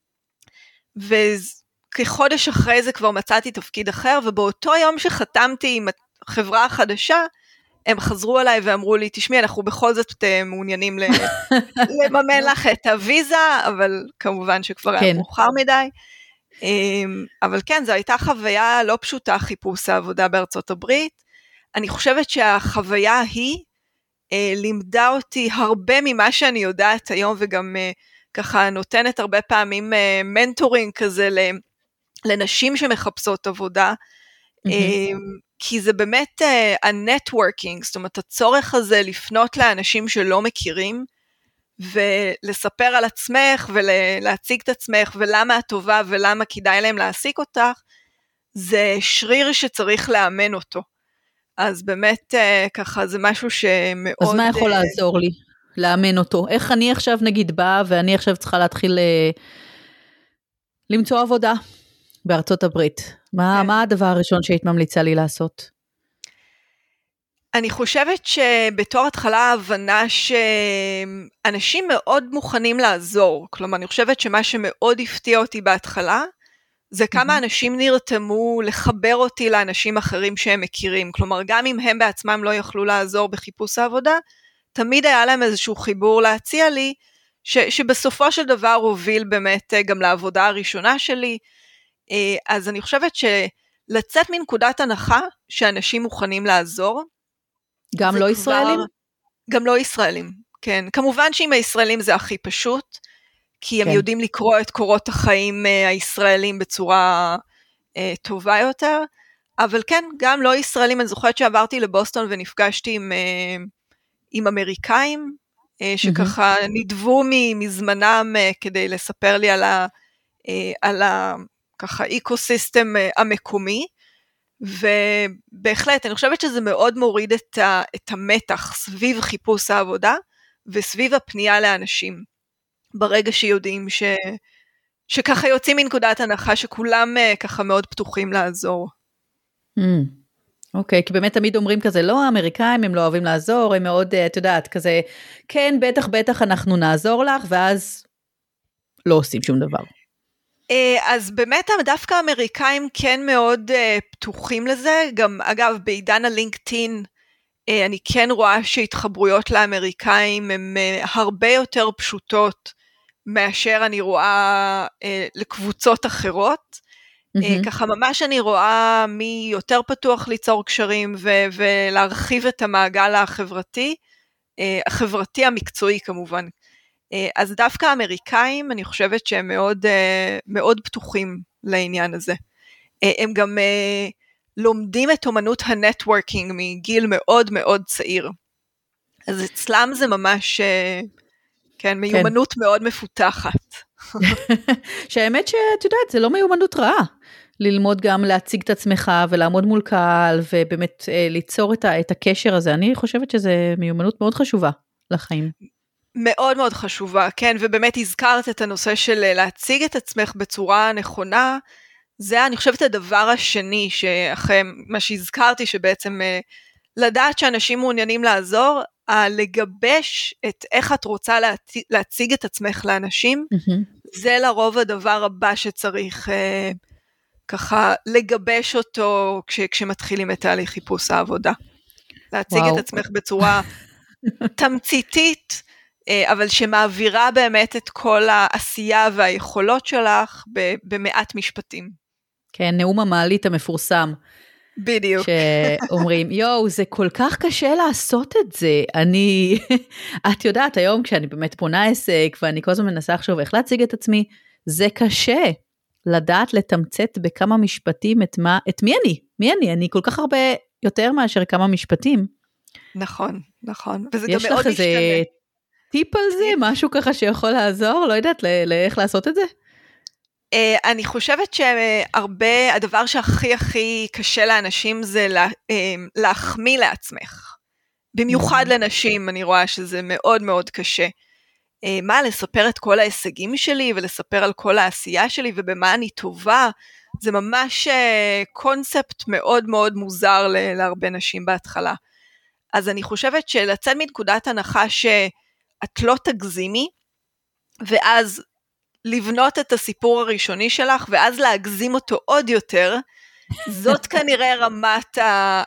וכחודש אחרי זה כבר מצאתי תפקיד אחר, ובאותו יום שחתמתי עם החברה החדשה, הם חזרו אליי ואמרו לי, תשמעי, אנחנו בכל זאת מעוניינים לממן לך את הוויזה, אבל כמובן שכבר היה מאוחר מדי. אבל כן, זו הייתה חוויה לא פשוטה, חיפוש העבודה בארצות הברית. אני חושבת שהחוויה היא לימדה אותי הרבה ממה שאני יודעת היום, וגם ככה נותנת הרבה פעמים מנטורינג כזה לנשים שמחפשות עבודה, כי זה באמת הנטוורקינג, זאת אומרת הצורך הזה לפנות לאנשים שלא מכירים, ולספר על עצמך ולהציג את עצמך ולמה את טובה ולמה כדאי להם להעסיק אותך, זה שריר שצריך לאמן אותו. אז באמת ככה זה משהו שמאוד... אז מה יכול לעזור לי? לאמן אותו? איך אני עכשיו נגיד באה ואני עכשיו צריכה להתחיל למצוא עבודה בארצות הברית? מה, מה הדבר הראשון שהיית ממליצה לי לעשות? אני חושבת שבתור התחלה ההבנה שאנשים מאוד מוכנים לעזור, כלומר אני חושבת שמה שמאוד הפתיע אותי בהתחלה, זה כמה אנשים נרתמו לחבר אותי לאנשים אחרים שהם מכירים, כלומר גם אם הם בעצמם לא יכלו לעזור בחיפוש העבודה, תמיד היה להם איזשהו חיבור להציע לי, ש, שבסופו של דבר הוביל באמת גם לעבודה הראשונה שלי, אז אני חושבת שלצאת מנקודת הנחה שאנשים מוכנים לעזור, גם לא ישראלים? כבר, גם לא ישראלים, כן. כמובן שעם הישראלים זה הכי פשוט, כי הם כן. יודעים לקרוא את קורות החיים הישראלים בצורה אה, טובה יותר, אבל כן, גם לא ישראלים, אני זוכרת שעברתי לבוסטון ונפגשתי עם, אה, עם אמריקאים, אה, שככה mm-hmm. נדבו מזמנם אה, כדי לספר לי על ה... אה, על ה ככה אקוסיסטם המקומי, ובהחלט אני חושבת שזה מאוד מוריד את, ה, את המתח סביב חיפוש העבודה, וסביב הפנייה לאנשים, ברגע שיודעים ש, שככה יוצאים מנקודת הנחה, שכולם ככה מאוד פתוחים לעזור. אוקיי, כי באמת תמיד אומרים כזה, לא, האמריקאים הם לא אוהבים לעזור, הם מאוד, את יודעת, כזה, כן, בטח, בטח אנחנו נעזור לך, ואז לא עושים שום דבר. אז באמת דווקא האמריקאים כן מאוד פתוחים לזה, גם אגב בעידן הלינקדאין אני כן רואה שהתחברויות לאמריקאים הן הרבה יותר פשוטות מאשר אני רואה לקבוצות אחרות, mm-hmm. ככה ממש אני רואה מי יותר פתוח ליצור קשרים ו- ולהרחיב את המעגל החברתי, החברתי המקצועי כמובן. אז דווקא האמריקאים, אני חושבת שהם מאוד, מאוד פתוחים לעניין הזה. הם גם לומדים את אומנות הנטוורקינג מגיל מאוד מאוד צעיר. אז אצלם זה ממש, כן, מיומנות כן. מאוד מפותחת. שהאמת שאת יודעת, זה לא מיומנות רעה. ללמוד גם להציג את עצמך ולעמוד מול קהל, ובאמת ליצור את, ה- את הקשר הזה. אני חושבת שזה מיומנות מאוד חשובה לחיים. מאוד מאוד חשובה, כן, ובאמת הזכרת את הנושא של להציג את עצמך בצורה נכונה, זה אני חושבת הדבר השני, שאחרי מה שהזכרתי, שבעצם לדעת שאנשים מעוניינים לעזור, לגבש את איך את רוצה להציג, להציג את עצמך לאנשים, mm-hmm. זה לרוב הדבר הבא שצריך אה, ככה לגבש אותו, כש, כשמתחילים את תהליך חיפוש העבודה. להציג וואו. את עצמך בצורה תמציתית, אבל שמעבירה באמת את כל העשייה והיכולות שלך במעט משפטים. כן, נאום המעלית המפורסם. בדיוק. שאומרים, יואו, זה כל כך קשה לעשות את זה. אני, את יודעת, היום כשאני באמת פונה עסק, ואני כל הזמן מנסה לחשוב איך להציג את עצמי, זה קשה לדעת לתמצת בכמה משפטים את מה, את מי אני? מי אני? אני כל כך הרבה יותר מאשר כמה משפטים. נכון, נכון. וזה גם מאוד משתנה. יש לך איזה טיפ על זה? משהו ככה שיכול לעזור? לא יודעת לאיך לעשות את זה? אני חושבת שהרבה, הדבר שהכי הכי קשה לאנשים זה להחמיא לעצמך. במיוחד לנשים, אני רואה שזה מאוד מאוד קשה. מה, לספר את כל ההישגים שלי, ולספר על כל העשייה שלי, ובמה אני טובה, זה ממש קונספט מאוד מאוד מוזר להרבה נשים בהתחלה. אז אני חושבת שלצאת מנקודת הנחה שאת לא תגזימי, ואז לבנות את הסיפור הראשוני שלך, ואז להגזים אותו עוד יותר, זאת כנראה רמת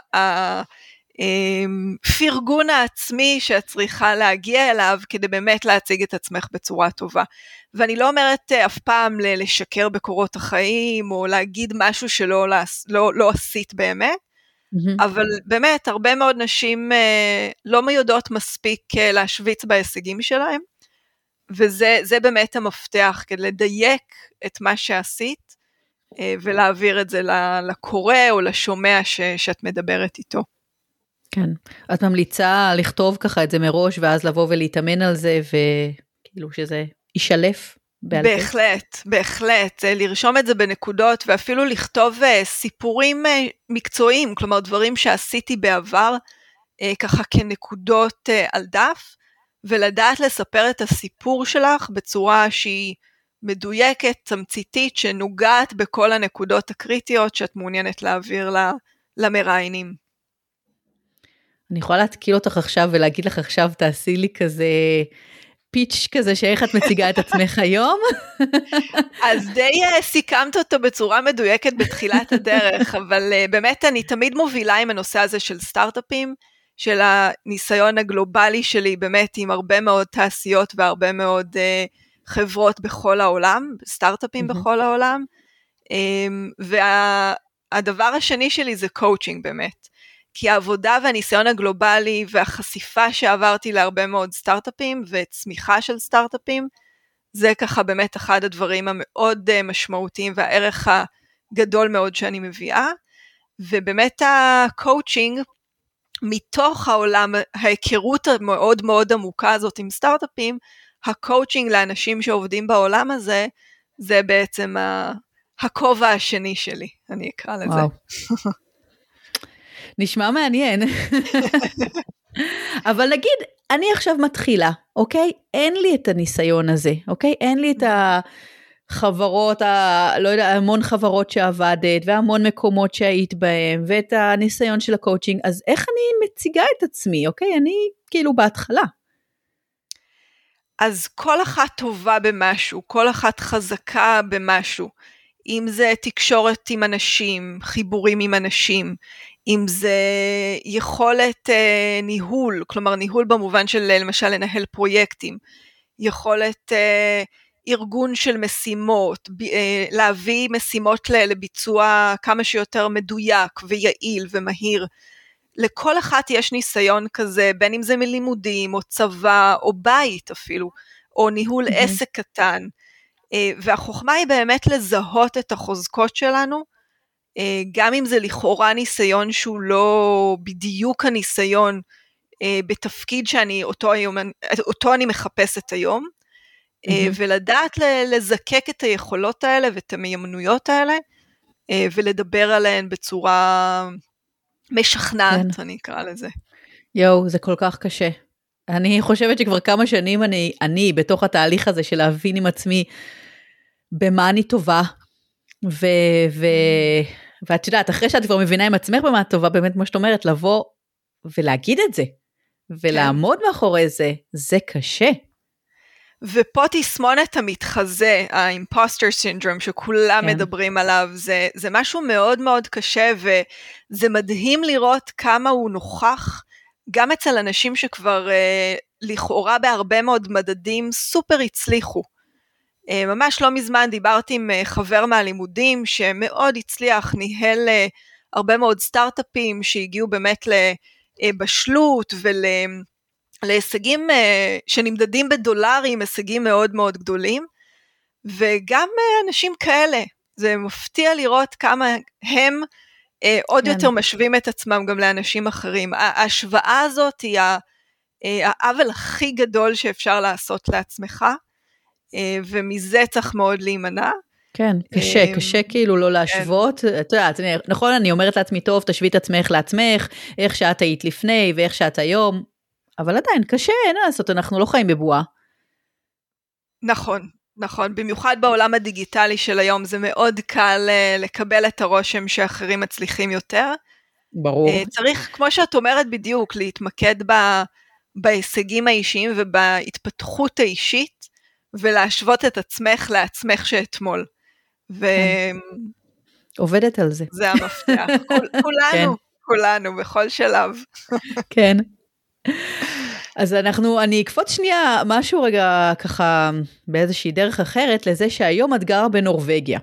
הפרגון העצמי שאת צריכה להגיע אליו, כדי באמת להציג את עצמך בצורה טובה. ואני לא אומרת אף פעם לשקר בקורות החיים, או להגיד משהו שלא לא, לא עשית באמת, mm-hmm. אבל באמת הרבה מאוד נשים לא יודעות מספיק להשוויץ בהישגים שלהם, וזה זה באמת המפתח, כדי לדייק את מה שעשית, ולהעביר את זה לקורא או לשומע ש, שאת מדברת איתו. כן, את ממליצה לכתוב ככה את זה מראש, ואז לבוא ולהתאמן על זה, וכאילו שזה יישלף בעל פה? בהחלט, בהחלט, לרשום את זה בנקודות, ואפילו לכתוב סיפורים מקצועיים, כלומר דברים שעשיתי בעבר, ככה כנקודות על דף, ולדעת לספר את הסיפור שלך בצורה שהיא מדויקת, תמציתית, שנוגעת בכל הנקודות הקריטיות שאת מעוניינת להעביר למראיינים. אני יכולה להתקיל אותך עכשיו ולהגיד לך עכשיו, תעשי לי כזה פיץ' כזה, שאיך את מציגה את עצמך היום? אז די סיכמת אותו בצורה מדויקת בתחילת הדרך, אבל באמת אני תמיד מובילה עם הנושא הזה של סטארט-אפים, של הניסיון הגלובלי שלי, באמת עם הרבה מאוד תעשיות והרבה מאוד uh, חברות בכל העולם, סטארט-אפים mm-hmm. בכל העולם, um, והדבר השני שלי זה קואוצ'ינג באמת, כי העבודה והניסיון הגלובלי והחשיפה שעברתי להרבה מאוד סטארט-אפים וצמיחה של סטארט-אפים, זה ככה באמת אחד הדברים המאוד uh, משמעותיים והערך הגדול מאוד שאני מביאה, ובאמת הקואוצ'ינג, מתוך העולם, ההיכרות המאוד מאוד עמוקה הזאת עם סטארט-אפים, הקואוצ'ינג לאנשים שעובדים בעולם הזה, זה בעצם הכובע השני שלי, אני אקרא לזה. וואו. נשמע מעניין. אבל נגיד, אני עכשיו מתחילה, אוקיי? אין לי את הניסיון הזה, אוקיי? אין לי את החברות, ה, לא יודע, המון חברות שעבדת, והמון מקומות שהיית בהם, ואת הניסיון של הקואוצ'ינג, אז איך אני מציגה את עצמי, אוקיי? אני כאילו בהתחלה. אז כל אחת טובה במשהו, כל אחת חזקה במשהו, אם זה תקשורת עם אנשים, חיבורים עם אנשים, אם זה יכולת אה, ניהול, כלומר ניהול במובן של למשל לנהל פרויקטים, יכולת אה, ארגון של משימות, ב, אה, להביא משימות לביצוע כמה שיותר מדויק ויעיל ומהיר, לכל אחת יש ניסיון כזה, בין אם זה מלימודים או צבא או בית אפילו, או ניהול mm-hmm. עסק קטן, אה, והחוכמה היא באמת לזהות את החוזקות שלנו, גם אם זה לכאורה ניסיון שהוא לא בדיוק הניסיון בתפקיד שאני אותו, היום, אותו אני מחפשת היום, mm-hmm. ולדעת לזקק את היכולות האלה ואת המיומנויות האלה, ולדבר עליהן בצורה משכנעת, כן. אני אקרא לזה. יואו, זה כל כך קשה. אני חושבת שכבר כמה שנים אני, אני בתוך התהליך הזה של להבין עם עצמי במה אני טובה, ו... ו... ואת יודעת, אחרי שאת כבר מבינה עם עצמך במה טובה, באמת כמו שאת אומרת, לבוא ולהגיד את זה, ולעמוד כן. מאחורי זה, זה קשה. ופה תסמונת המתחזה, האימפוסטר סינדרום, שכולם כן. מדברים עליו, זה, זה משהו מאוד מאוד קשה, וזה מדהים לראות כמה הוא נוכח, גם אצל אנשים שכבר אה, לכאורה בהרבה מאוד מדדים סופר הצליחו. ממש לא מזמן דיברתי עם חבר מהלימודים שמאוד הצליח, ניהל הרבה מאוד סטארט-אפים שהגיעו באמת לבשלות ולהישגים שנמדדים בדולרים, הישגים מאוד מאוד גדולים, וגם אנשים כאלה, זה מפתיע לראות כמה הם עוד יותר משווים את עצמם גם לאנשים אחרים. ההשוואה הזאת היא העוול הכי גדול שאפשר לעשות לעצמך, ומזה צריך מאוד להימנע. כן, קשה, קשה כאילו לא להשוות, את יודעת, נכון, אני אומרת לעצמי, טוב, תשווי את עצמך לעצמך, איך שאת היית לפני, ואיך שאת היום, אבל עדיין, קשה, אין לעשות, אנחנו לא חיים בבועה. נכון, נכון. במיוחד בעולם הדיגיטלי של היום, זה מאוד קל לקבל את הרושם שאחרים מצליחים יותר. ברור. צריך, כמו שאת אומרת בדיוק, להתמקד ב, בהישגים האישיים ובהתפתחות האישית, ולהשוות את עצמך לעצמך שאתמול. ו... כן. עובדת על זה. זה המפתח. כול, כולנו, כן. כולנו, בכל שלב. כן. אז אנחנו, אני אקפוץ שנייה משהו רגע ככה באיזושהי דרך אחרת, לזה שהיום את גרה בנורווגיה.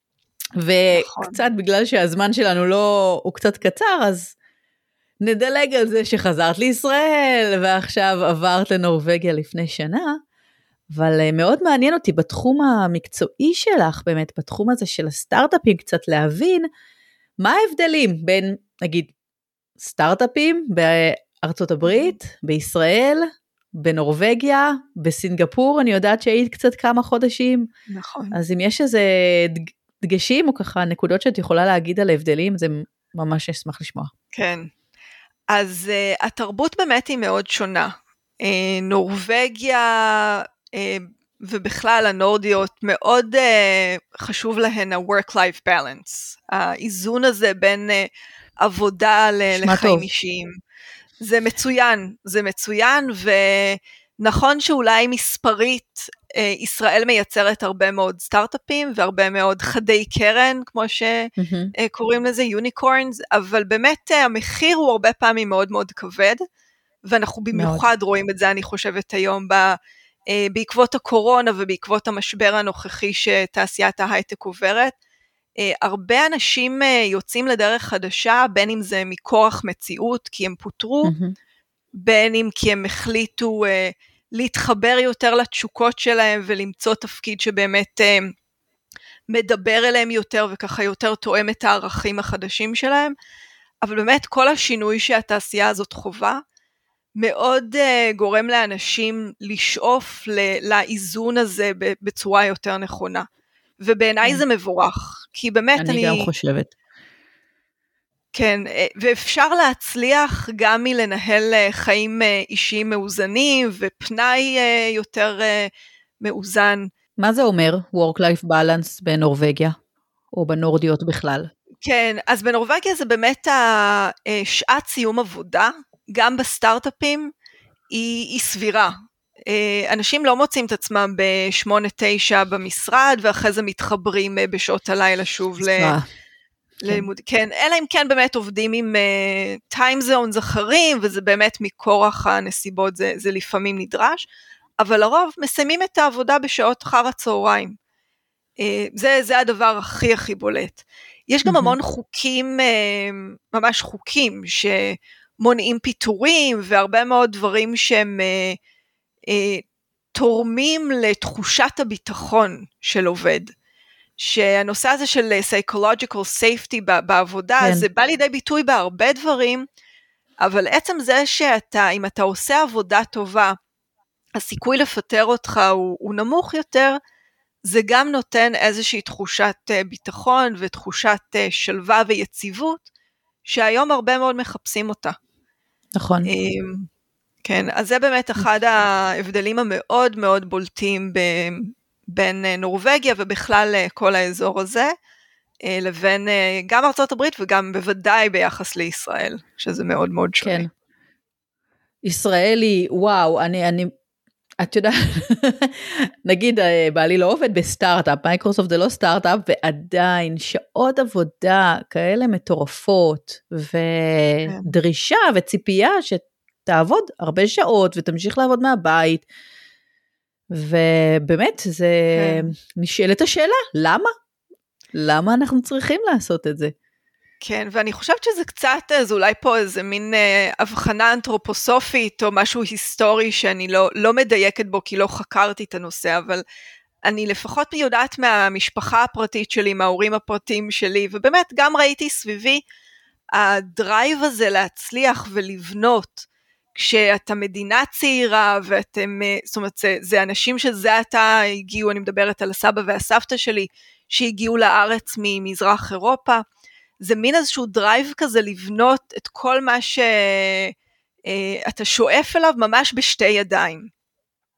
וקצת נכון. בגלל שהזמן שלנו לא, הוא קצת קצר, אז נדלג על זה שחזרת לישראל, ועכשיו עברת לנורווגיה לפני שנה, אבל מאוד מעניין אותי בתחום המקצועי שלך, באמת בתחום הזה של הסטארט-אפים, קצת להבין, מה ההבדלים בין, נגיד, סטארט-אפים בארצות הברית, בישראל, בנורווגיה, בסינגפור, אני יודעת שהיית קצת כמה חודשים. נכון. אז אם יש איזה דגשים או ככה נקודות שאת יכולה להגיד על ההבדלים, זה ממש אשמח לשמוע. כן. אז uh, התרבות באמת היא מאוד שונה. Uh, נורווגיה uh, ובכלל הנורדיות מאוד uh, חשוב להן ה-work-life balance. האיזון הזה בין uh, עבודה לחיים טוב. אישיים. זה מצוין, זה מצוין, ונכון שאולי מספרית ישראל מייצרת הרבה מאוד סטארט-אפים, והרבה מאוד חדי קרן, כמו שקוראים לזה, יוניקורנס, אבל באמת המחיר הוא הרבה פעמים מאוד מאוד כבד, ואנחנו במיוחד רואים את זה, אני חושבת היום, בעקבות הקורונה ובעקבות המשבר הנוכחי שתעשיית ההייטק עוברת, הרבה אנשים יוצאים לדרך חדשה, בין אם זה מכורח מציאות, כי הם פוטרו, בין אם כי הם החליטו להתחבר יותר לתשוקות שלהם, ולמצוא תפקיד שבאמת מדבר אליהם יותר, וככה יותר תואם את הערכים החדשים שלהם, אבל באמת כל השינוי שהתעשייה הזאת חובה, מאוד גורם לאנשים לשאוף לאיזון הזה בצורה יותר נכונה. ובעיניי זה מבורך, כי באמת אני... אני גם חושבת. כן, ואפשר להצליח גם מלנהל חיים אישיים מאוזנים, ופנאי יותר מאוזן. מה זה אומר, work-life balance בנורווגיה, או בנורדיות בכלל? כן, אז בנורווגיה זה באמת שעת סיום עבודה, גם בסטארט-אפים, היא, היא סבירה. אנשים לא מוצאים את עצמם בשמונה תשע במשרד, ואחרי זה מתחברים בשעות הלילה שוב ללימוד. כן, אלא אם כן באמת עובדים עם time zones אחרים, וזה באמת מכורח הנסיבות, זה, זה לפעמים נדרש, אבל לרוב מסיימים את העבודה בשעות אחר הצהריים. זה, זה הדבר הכי הכי בולט. יש גם המון חוקים, ממש חוקים, שמונעים פיטורים, והרבה מאוד דברים שהם תורמים לתחושת הביטחון של עובד. שהנושא הזה של psychological safety בעבודה, כן. זה בא לידי ביטוי בהרבה דברים, אבל עצם זה שאתה, אם אתה עושה עבודה טובה, הסיכוי לפטר אותך הוא, הוא נמוך יותר, זה גם נותן איזושהי תחושת ביטחון ותחושת שלווה ויציבות, שהיום הרבה מאוד מחפשים אותה. נכון. כן, אז זה באמת אחד ההבדלים המאוד מאוד בולטים בין נורווגיה ובכלל כל האזור הזה, לבין גם ארצות הברית וגם בוודאי ביחס לישראל, שזה מאוד מאוד שונה. כן. ישראל היא, וואו, אני, אני, את יודעת, נגיד, בעלי לא עובד בסטארט-אפ, מייקרוסופט זה לא סטארט-אפ, ועדיין שעות עבודה כאלה מטורפות, ודרישה וציפייה שתעבוד הרבה שעות, ותמשיך לעבוד מהבית, ובאמת, זה נשאלת השאלה, למה? למה אנחנו צריכים לעשות את זה? כן, ואני חושבת שזה קצת, אז אולי פה איזה מין אה, הבחנה אנתרופוסופית, או משהו היסטורי שאני לא, לא מדייקת בו, כי לא חקרתי את הנושא, אבל אני לפחות יודעת מהמשפחה הפרטית שלי, מההורים הפרטיים שלי, ובאמת גם ראיתי סביבי, הדרייב הזה להצליח ולבנות, כשאתה מדינה צעירה, ואתם, זאת אומרת, זה, זה אנשים שזה אתה הגיעו, אני מדברת על הסבא והסבתא שלי, שהגיעו לארץ ממזרח אירופה, זה מין איזשהו דרייב כזה לבנות את כל מה שאתה שואף אליו ממש בשתי ידיים.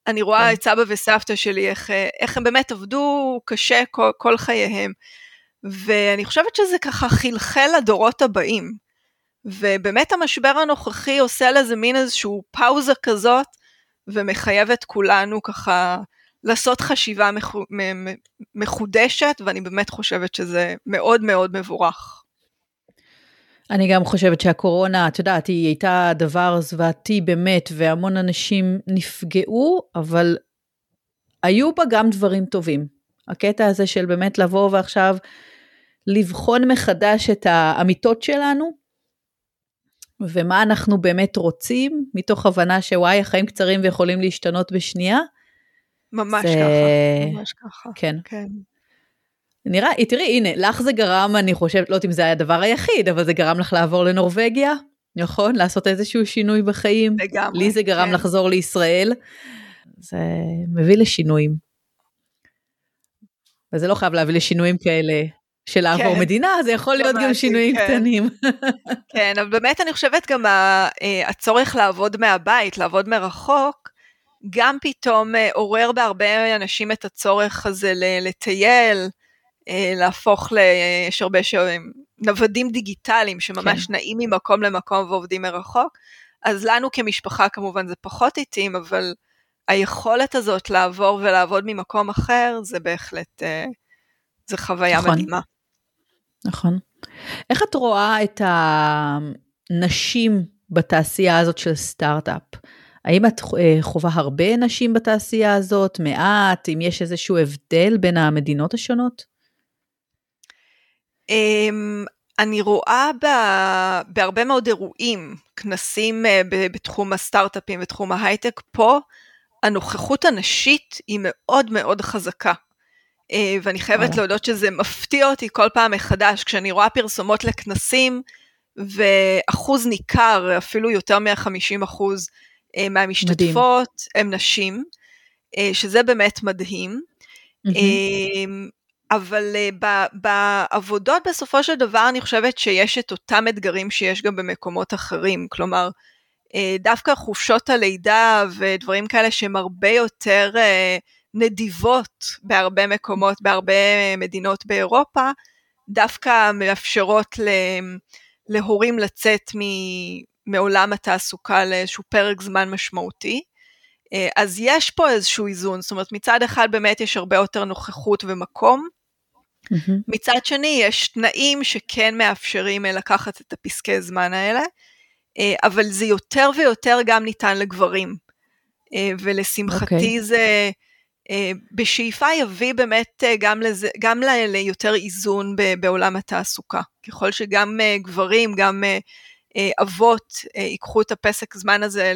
אני רואה את סבא וסבתא שלי, איך, איך הם באמת עבדו קשה כל, כל חייהם, ואני חושבת שזה ככה חלחל לדורות הבאים, ובאמת המשבר הנוכחי עושה לזה מין איזשהו פאוזה כזאת, ומחייב את כולנו ככה לעשות חשיבה מחודשת, ואני באמת חושבת שזה מאוד מאוד מבורך. אני גם חושבת שהקורונה, את יודעת, היא הייתה דבר זוועתי באמת, והמון אנשים נפגעו, אבל היו בה גם דברים טובים. הקטע הזה של באמת לבוא ועכשיו לבחון מחדש את האמיתות שלנו, ומה אנחנו באמת רוצים, מתוך הבנה שוואי, החיים קצרים ויכולים להשתנות בשנייה. ממש זה... ככה, ממש ככה. כן. כן. נראה, תראי, הנה, לך זה גרם, אני חושבת, לא יודעת אם זה היה הדבר היחיד, אבל זה גרם לך לעבור לנורווגיה, נכון? לעשות איזשהו שינוי בחיים. לגמרי. לי זה גרם כן. לחזור לישראל. זה מביא לשינויים. וזה לא חייב להביא לשינויים כאלה, של לעבור כן. מדינה, זה יכול להיות גם שינויים כן. קטנים. כן, אבל באמת אני חושבת גם הצורך לעבוד מהבית, לעבוד מרחוק, גם פתאום עורר בהרבה אנשים את הצורך הזה לטייל, להפוך ל... יש הרבה נוודים דיגיטליים שממש כן. נעים ממקום למקום ועובדים מרחוק, אז לנו כמשפחה כמובן זה פחות איטים, אבל היכולת הזאת לעבור ולעבוד ממקום אחר, זה בהחלט, זה חוויה נכון. מדהימה. נכון. איך את רואה את הנשים בתעשייה הזאת של סטארט-אפ? האם את חובה הרבה נשים בתעשייה הזאת, מעט, אם יש איזשהו הבדל בין המדינות השונות? אני רואה בהרבה מאוד אירועים, כנסים בתחום הסטארט-אפים ותחום ההייטק, פה הנוכחות הנשית היא מאוד מאוד חזקה. ואני חייבת להודות שזה מפתיע אותי כל פעם מחדש, כשאני רואה פרסומות לכנסים, ואחוז ניכר, אפילו יותר מה-חמישים אחוז מהמשתתפות, הם נשים, שזה באמת מדהים. אבל בעבודות בסופו של דבר, אני חושבת שיש את אותם אתגרים שיש גם במקומות אחרים, כלומר, דווקא חופשות הלידה ודברים כאלה שהם הרבה יותר נדיבות בהרבה מקומות, בהרבה מדינות באירופה, דווקא מאפשרות להורים לצאת מעולם התעסוקה לאיזשהו פרק זמן משמעותי. אז יש פה איזשהו איזון, זאת אומרת מצד אחד באמת יש הרבה יותר נוכחות ומקום, mm-hmm. מצד שני יש תנאים שכן מאפשרים לקחת את הפסקי זמן האלה, אבל זה יותר ויותר גם ניתן לגברים, ולשמחתי okay. זה בשאיפה יביא באמת גם, לזה, גם ליותר איזון בעולם התעסוקה, ככל שגם גברים, גם אבות ייקחו את הפסק זמן הזה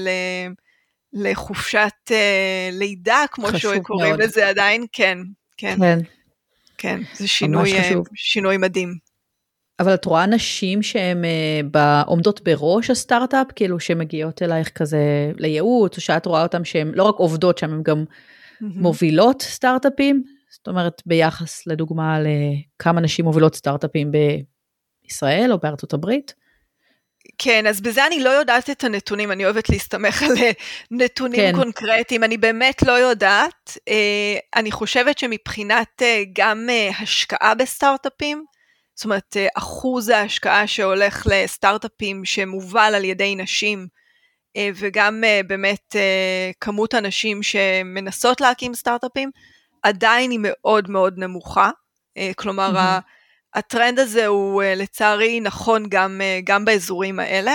לחופשת לידה, כמו שקוראים לזה עדיין, כן, כן, כן, כן, זה שינוי, שינוי מדהים. אבל את רואה נשים שהן עומדות בראש הסטארט-אפ, כאילו שמגיעות אלייך כזה לייעוץ, או שאת רואה אותן שהן לא רק עובדות שם, הן גם מובילות סטארט-אפים, זאת אומרת ביחס לדוגמה לכמה נשים מובילות סטארט-אפים בישראל או בארצות הברית? כן, אז בזה אני לא יודעת את הנתונים, אני אוהבת להסתמך על נתונים כן. קונקרטיים, אני באמת לא יודעת, אני חושבת שמבחינת גם השקעה בסטארט-אפים, זאת אומרת אחוז ההשקעה שהולך לסטארט-אפים שמובל על ידי נשים, וגם באמת כמות הנשים שמנסות להקים סטארט-אפים, עדיין היא מאוד מאוד נמוכה, כלומר mm-hmm. הטרנד הזה הוא לצערי נכון גם, גם באזורים האלה,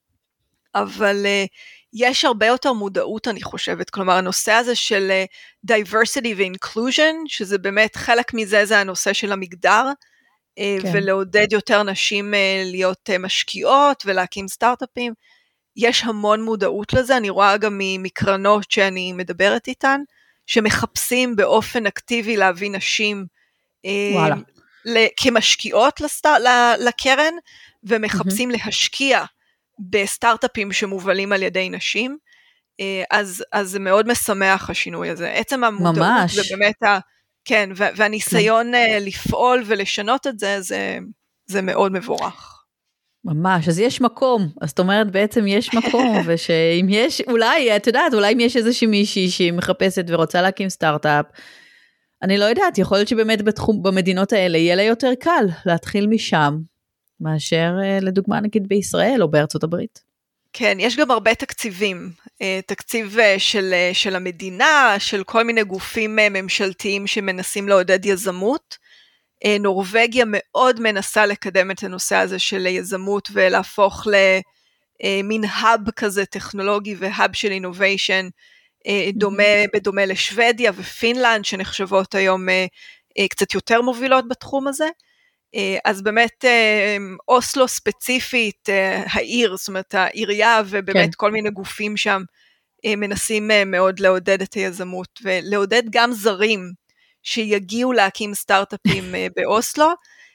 אבל יש הרבה יותר מודעות אני חושבת, כלומר הנושא הזה של diversity ו-inclusion, שזה באמת חלק מזה זה הנושא של המגדר, כן. ולעודד יותר נשים להיות משקיעות ולהקים סטארט-אפים, יש המון מודעות לזה, אני רואה גם מקרנות שאני מדברת איתן, שמחפשים באופן אקטיבי להביא נשים וואלה. כמשקיעות לקרן, ומחפשים mm-hmm. להשקיע בסטארט-אפים שמובלים על ידי נשים, אז, אז זה מאוד משמח השינוי הזה. עצם המודעות ממש. זה באמת, ה, כן, והניסיון כן. לפעול ולשנות את זה, זה, זה מאוד מבורך. ממש, אז יש מקום, אז זאת אומרת בעצם יש מקום, ושאם יש, אולי, את יודעת, אולי אם יש איזושהי מישהי שהיא מחפשת ורוצה להקים סטארט-אפ, אני לא יודעת, יכול להיות שבאמת בתחום, במדינות האלה יהיה לה יותר קל להתחיל משם, מאשר לדוגמה נגיד בישראל או בארצות הברית. כן, יש גם הרבה תקציבים, תקציב של, של המדינה, של כל מיני גופים ממשלתיים שמנסים לעודד יזמות. נורווגיה מאוד מנסה לקדם את הנושא הזה של יזמות ולהפוך למין האב כזה טכנולוגי והאב של אינוביישן, דומה, בדומה לשוודיה ופינלנד שנחשבות היום קצת יותר מובילות בתחום הזה. אז באמת אוסלו ספציפית, העיר, זאת אומרת העירייה ובאמת כן. כל מיני גופים שם מנסים מאוד לעודד את היזמות ולעודד גם זרים שיגיעו להקים סטארט-אפים באוסלו.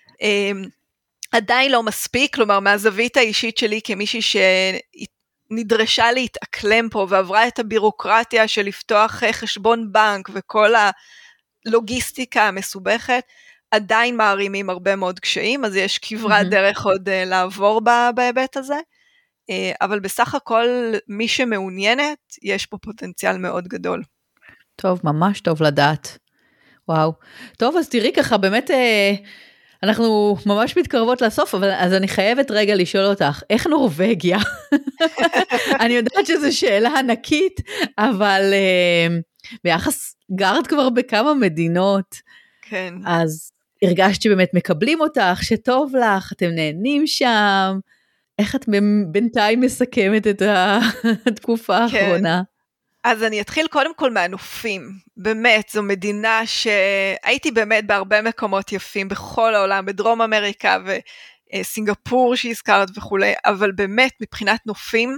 עדיין לא מספיק, כלומר מהזווית האישית שלי כמישהי שנדרשה להתאקלם פה ועברה את הבירוקרטיה של לפתוח חשבון בנק וכל הלוגיסטיקה המסובכת, עדיין מערימים הרבה מאוד קשיים, אז יש כברת mm-hmm. דרך עוד uh, לעבור בה, בהיבט הזה, uh, אבל בסך הכל מי שמעוניינת, יש פה פוטנציאל מאוד גדול. טוב, ממש טוב לדעת. וואו. טוב, אז תראי ככה, באמת, uh, אנחנו ממש מתקרבות לסוף, אבל אז אני חייבת רגע לשאול אותך, איך נורווגיה? אני יודעת שזו שאלה ענקית, אבל uh, ביחס, גרת כבר בכמה מדינות, כן. אז הרגשת שבאמת מקבלים אותך, שטוב לך, אתם נהנים שם, איך את בינתיים מסכמת את התקופה האחרונה? אז אני אתחיל קודם כל מהנופים, באמת, זו מדינה שהייתי באמת בהרבה מקומות יפים בכל העולם, בדרום אמריקה וסינגפור שהזכרת וכו', אבל באמת מבחינת נופים,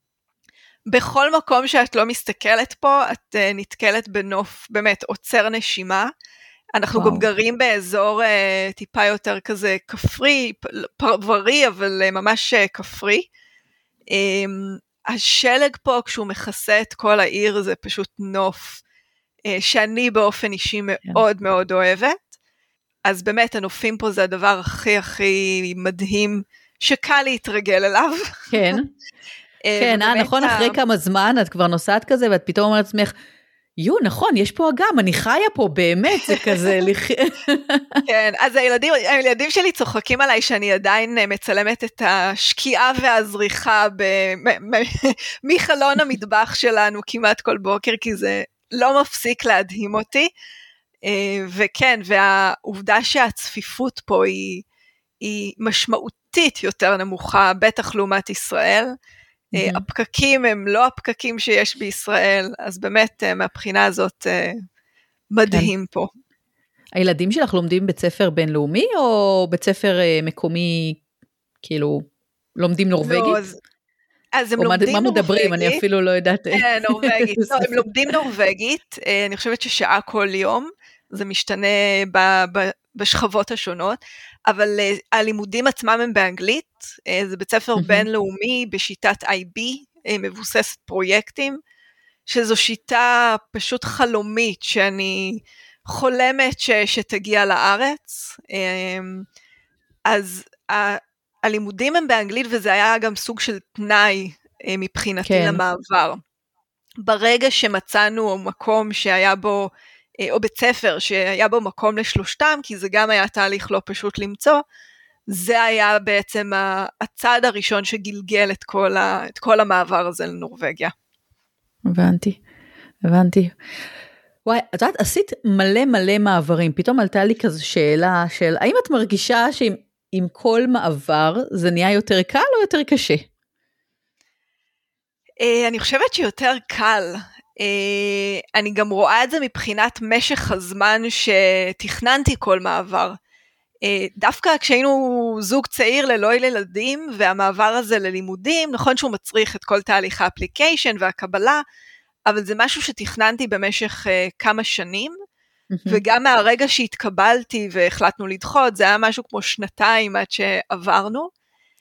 בכל מקום שאת לא מסתכלת פה, את נתקלת בנוף, באמת, עוצר נשימה, אנחנו וואו. גם גרים באזור uh, טיפה יותר כזה כפרי, פרברי, אבל uh, ממש uh, כפרי. Um, השלג פה, כשהוא מכסה את כל העיר, זה פשוט נוף, uh, שאני באופן אישי מאוד yeah. מאוד אוהבת. אז באמת, הנופים פה זה הדבר הכי הכי מדהים, שקל להתרגל אליו. כן, כן, אה, נכון, ה... אחרי כמה זמן, את כבר נוסעת כזה, ואת פתאום אומרת לעצמך, יו, נכון, יש פה אגם, אני חיה פה, באמת, זה כזה. כן, אז הילדים, הילדים שלי צוחקים עליי, שאני עדיין מצלמת את השקיעה והזריחה, מחלון המטבח שלנו, כמעט כל בוקר, כי זה לא מפסיק להדהים אותי, וכן, והעובדה שהצפיפות פה היא, היא משמעותית יותר נמוכה, בטח לעומת ישראל, Mm-hmm. הפקקים הם לא הפקקים שיש בישראל, אז באמת מהבחינה הזאת מדהים כן. פה. הילדים שלך לומדים בית ספר בינלאומי, או בית ספר מקומי, כאילו, לומדים נורווגית? לא, אז, אז הם לומדים מה נורווגית. מה מדברים? אני אפילו לא יודעת. כן, נורווגית. לא, הם לומדים נורווגית, אני חושבת ששעה כל יום, זה משתנה ב, ב, בשכבות השונות, אבל uh, הלימודים עצמם הם באנגלית, uh, זה בית ספר mm-hmm. בינלאומי בשיטת איי בי, uh, מבוססת פרויקטים, שזו שיטה פשוט חלומית, שאני חולמת ש, שתגיע לארץ, um, אז ה, הלימודים הם באנגלית, וזה היה גם סוג של תנאי uh, מבחינתי כן. למעבר. ברגע שמצאנו מקום שהיה בו, או בית ספר שהיה בו מקום לשלושתם, כי זה גם היה תהליך לא פשוט למצוא, זה היה בעצם הצעד הראשון שגלגל את כל, ה, את כל המעבר הזה לנורווגיה. הבנתי, הבנתי. וואי, את יודעת, עשית מלא מלא מעברים, פתאום עלתה לי כזו שאלה של, האם את מרגישה שעם עם כל מעבר זה נהיה יותר קל או יותר קשה? אני חושבת שיותר קל, אני גם רואה את זה מבחינת משך הזמן שתכננתי כל מעבר. דווקא כשהיינו זוג צעיר ללא ילדים, והמעבר הזה ללימודים, נכון שהוא מצריך את כל תהליך האפליקיישן והקבלה, אבל זה משהו שתכננתי במשך כמה שנים, וגם מהרגע שהתקבלתי והחלטנו לדחות, זה היה משהו כמו שנתיים עד שעברנו.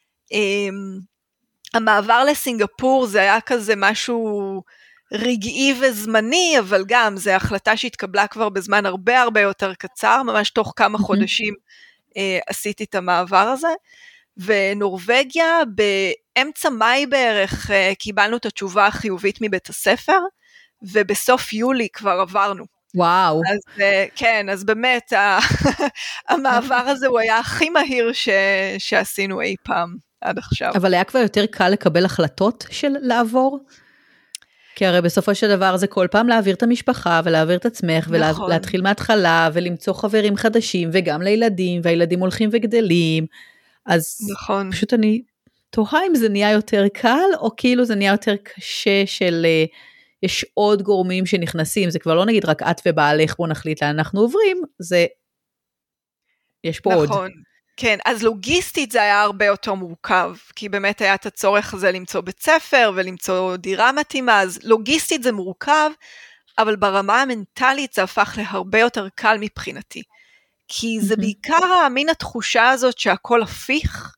המעבר לסינגפור זה היה כזה משהו רגעי וזמני, אבל גם זה החלטה שהתקבלה כבר בזמן הרבה הרבה יותר קצר, ממש תוך כמה חודשים אה, עשיתי את המעבר הזה, ונורווגיה באמצע מאי בערך קיבלנו את התשובה החיובית מבית הספר, ובסוף יולי כבר עברנו. וואו. אז כן, אז באמת המעבר הזה הוא היה הכי מהיר ש... שעשינו אי פעם עד עכשיו. אבל היה כבר יותר קל לקבל החלטות של לעבור? כי הרי בסופו של דבר זה כל פעם להעביר את המשפחה ולהעביר את עצמך נכון. ולהתחיל מההתחלה ולמצוא חברים חדשים וגם לילדים, והילדים הולכים וגדלים. אז נכון. פשוט אני תוהה אם זה נהיה יותר קל או כאילו זה נהיה יותר קשה של... יש עוד גורמים שנכנסים, זה כבר לא נגיד רק את ובעלך בוא נחליט לאן אנחנו עוברים, זה, יש פה נכון, עוד. נכון, כן, אז לוגיסטית זה היה הרבה יותר מורכב, כי באמת היה את הצורך הזה למצוא בית ספר, ולמצוא דירה מתאימה, אז לוגיסטית זה מורכב, אבל ברמה המנטלית זה הפך להרבה יותר קל מבחינתי, כי זה בעיקר המין התחושה הזאת שהכל הפיך,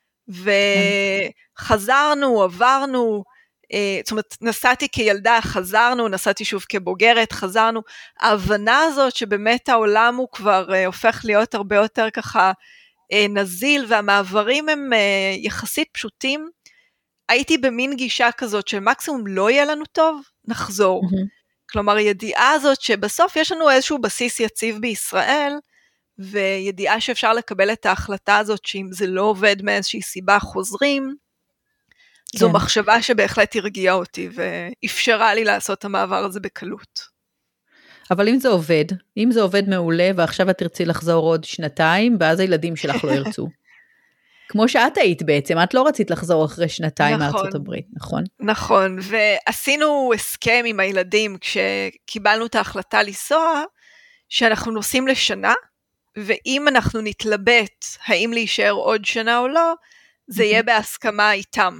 וחזרנו, עברנו, זאת אומרת, נסעתי כילדה, חזרנו, נסעתי שוב כבוגרת, חזרנו, ההבנה הזאת שבאמת העולם הוא כבר הופך להיות הרבה יותר ככה נזיל, והמעברים הם יחסית פשוטים, הייתי במין גישה כזאת של מקסימום לא יהיה לנו טוב, נחזור. Mm-hmm. כלומר, ידיעה הזאת שבסוף יש לנו איזשהו בסיס יציב בישראל, וידיעה שאפשר לקבל את ההחלטה הזאת, שאם זה לא עובד מאיזושהי סיבה חוזרים, כן. זו מחשבה שבהחלט הרגיעה אותי, ואפשרה לי לעשות את המעבר הזה בקלות. אבל אם זה עובד, אם זה עובד מעולה, ועכשיו את תרצי לחזור עוד שנתיים, ואז הילדים שלך לא ירצו. כמו שאת היית בעצם, את לא רצית לחזור אחרי שנתיים נכון, מארצות הברית, נכון? נכון, ועשינו הסכם עם הילדים, כשקיבלנו את ההחלטה לנסוע, שאנחנו נוסעים לשנה, ואם אנחנו נתלבט, האם להישאר עוד שנה או לא, זה יהיה בהסכמה איתם.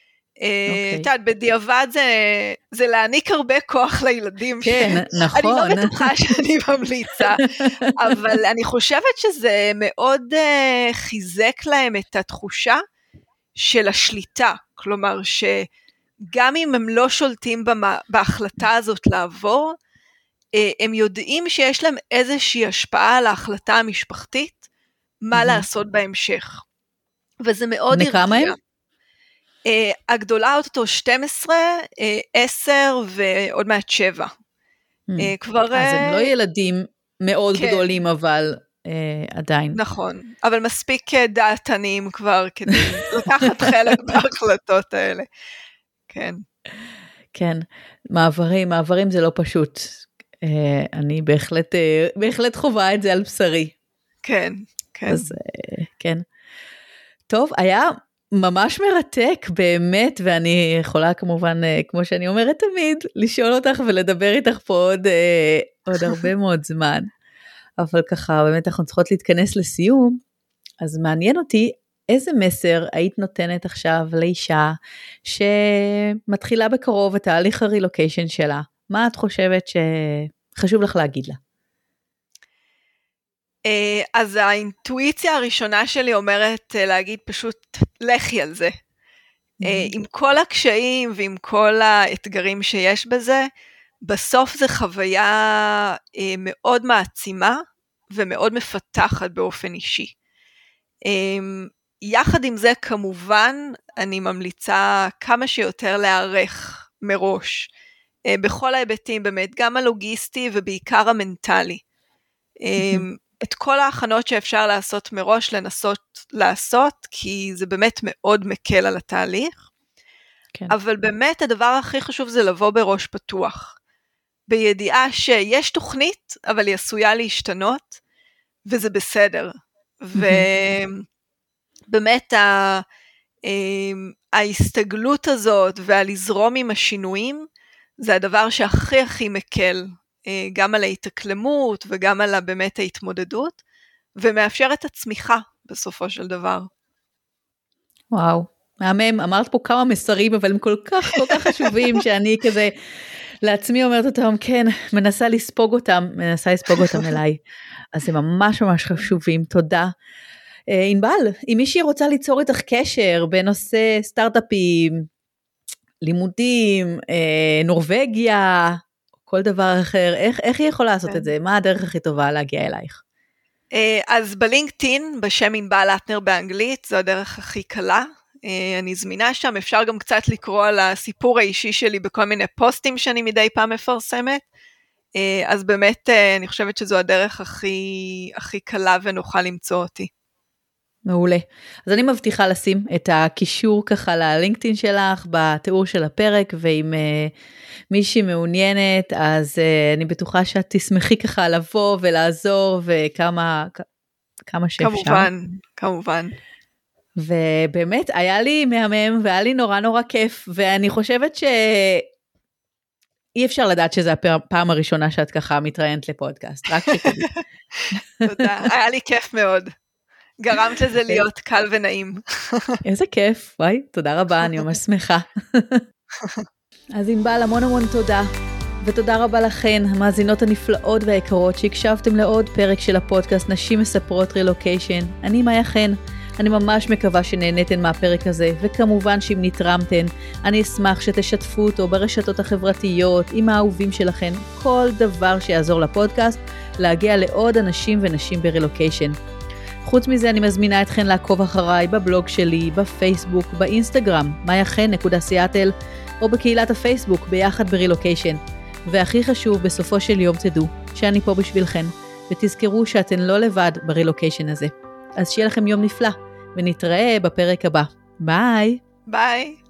את יודעת, בדיעבד זה להעניק הרבה כוח לילדים. כן, נכון. אני לא בטוחה שאני ממליצה, אבל אני חושבת שזה מאוד חיזק להם את התחושה של השליטה, כלומר שגם אם הם לא שולטים בהחלטה הזאת לעבור, הם יודעים שיש להם איזושהי השפעה על ההחלטה המשפחתית, מה לעשות בהמשך. וזה מאוד הרגיע. כמה הם? Uh, הגדולה אותו שתים עשרה, uh, עשר ועוד מעט שבע. Hmm. Uh, כבר... אז uh, הם לא ילדים מאוד כן. גדולים, אבל uh, עדיין. נכון, אבל מספיק דעתניים כבר, כדי לקחת חלק בהחלטות האלה. כן. כן, מעברים, מעברים זה לא פשוט. Uh, אני בהחלט, uh, בהחלט חובה את זה על בשרי. כן, כן. אז uh, כן. טוב, היה... ממש מרתק, באמת, ואני יכולה כמובן, כמו שאני אומרת תמיד, לשאול אותך ולדבר איתך פה עוד, עוד הרבה מאוד זמן, אבל ככה, באמת אנחנו צריכות להתכנס לסיום, אז מעניין אותי, איזה מסר היית נותנת עכשיו לאישה, שמתחילה בקרוב את תהליך הרילוקיישן שלה, מה את חושבת שחשוב לך להגיד לה? אז האינטואיציה הראשונה שלי אומרת להגיד פשוט לכי על זה. עם כל הקשיים ועם כל האתגרים שיש בזה, בסוף זה חוויה מאוד מעצימה ומאוד מפתחת באופן אישי. יחד עם זה כמובן אני ממליצה כמה שיותר להיערך מראש, בכל ההיבטים באמת, גם הלוגיסטי ובעיקר המנטלי. את כל ההכנות שאפשר לעשות מראש, לנסות לעשות, כי זה באמת מאוד מקל על התהליך. כן. אבל באמת הדבר הכי חשוב זה לבוא בראש פתוח. בידיעה שיש תוכנית, אבל היא עשויה להשתנות, וזה בסדר. ובאמת ה... ההסתגלות הזאת, והלזרום עם השינויים, זה הדבר שהכי הכי מקל, גם על ההתאקלמות וגם על באמת ההתמודדות, ומאפשר את הצמיחה בסופו של דבר. וואו, מהמם, אמרת פה כמה מסרים, אבל הם כל כך כל כך חשובים, שאני כזה לעצמי אומרת אותם, כן, מנסה לספוג אותם, מנסה לספוג אותם אליי, אז הם ממש ממש חשובים, תודה. ענבל, אם מישהי רוצה ליצור איתך קשר, בנושא סטארט-אפים, לימודים, נורווגיה, כל דבר אחר, איך, איך היא יכולה לעשות את זה? מה הדרך הכי טובה להגיע אלייך? אז בלינקדאין, בשם ענבל לטנר באנגלית, זו הדרך הכי קלה. אני זמינה שם, אפשר גם קצת לקרוא על הסיפור האישי שלי בכל מיני פוסטים שאני מדי פעם מפרסמת. אז באמת אני חושבת שזו הדרך הכי, הכי קלה ונוכל למצוא אותי. מעולה. אז אני מבטיחה לשים את הקישור ככה ללינקדאין שלך בתיאור של הפרק, ואם uh, מישהי מעוניינת, אז uh, אני בטוחה שאת תשמחי ככה לבוא ולעזור, וכמה כמה שאפשר. כמובן, כמובן. ובאמת, היה לי מהמם, והיה לי נורא נורא כיף, ואני חושבת ש... אי אפשר לדעת שזו הפעם הראשונה שאת ככה מתראיינת לפודקאסט, רק שתדעי. תודה, היה לי כיף מאוד. גרמת לזה להיות קל ונעים. איזה כיף, וואי, תודה רבה, אני ממש שמחה. אז ענבל, המון המון תודה, ותודה רבה לכן, המאזינות הנפלאות והיקרות, שהקשבתם לעוד פרק של הפודקאסט נשים מספרות רילוקיישן. אני מאיה חן, אני ממש מקווה שנהניתן מהפרק הזה, וכמובן שאם נתרמתן, אני אשמח שתשתפו אותו ברשתות החברתיות, עם האהובים שלכן, כל דבר שיעזור לפודקאסט, להגיע לעוד אנשים ונשים ברילוקיישן. חוץ מזה אני מזמינה אתכן לעקוב אחריי בבלוג שלי, בפייסבוק, באינסטגרם, מאיה חן נקודה סיאטל, או בקהילת הפייסבוק ביחד ברילוקיישן. והכי חשוב, בסופו של יום תדעו שאני פה בשבילכן, ותזכרו שאתן לא לבד ברילוקיישן הזה. אז שיהיה לכם יום נפלא, ונתראה בפרק הבא. ביי! ביי!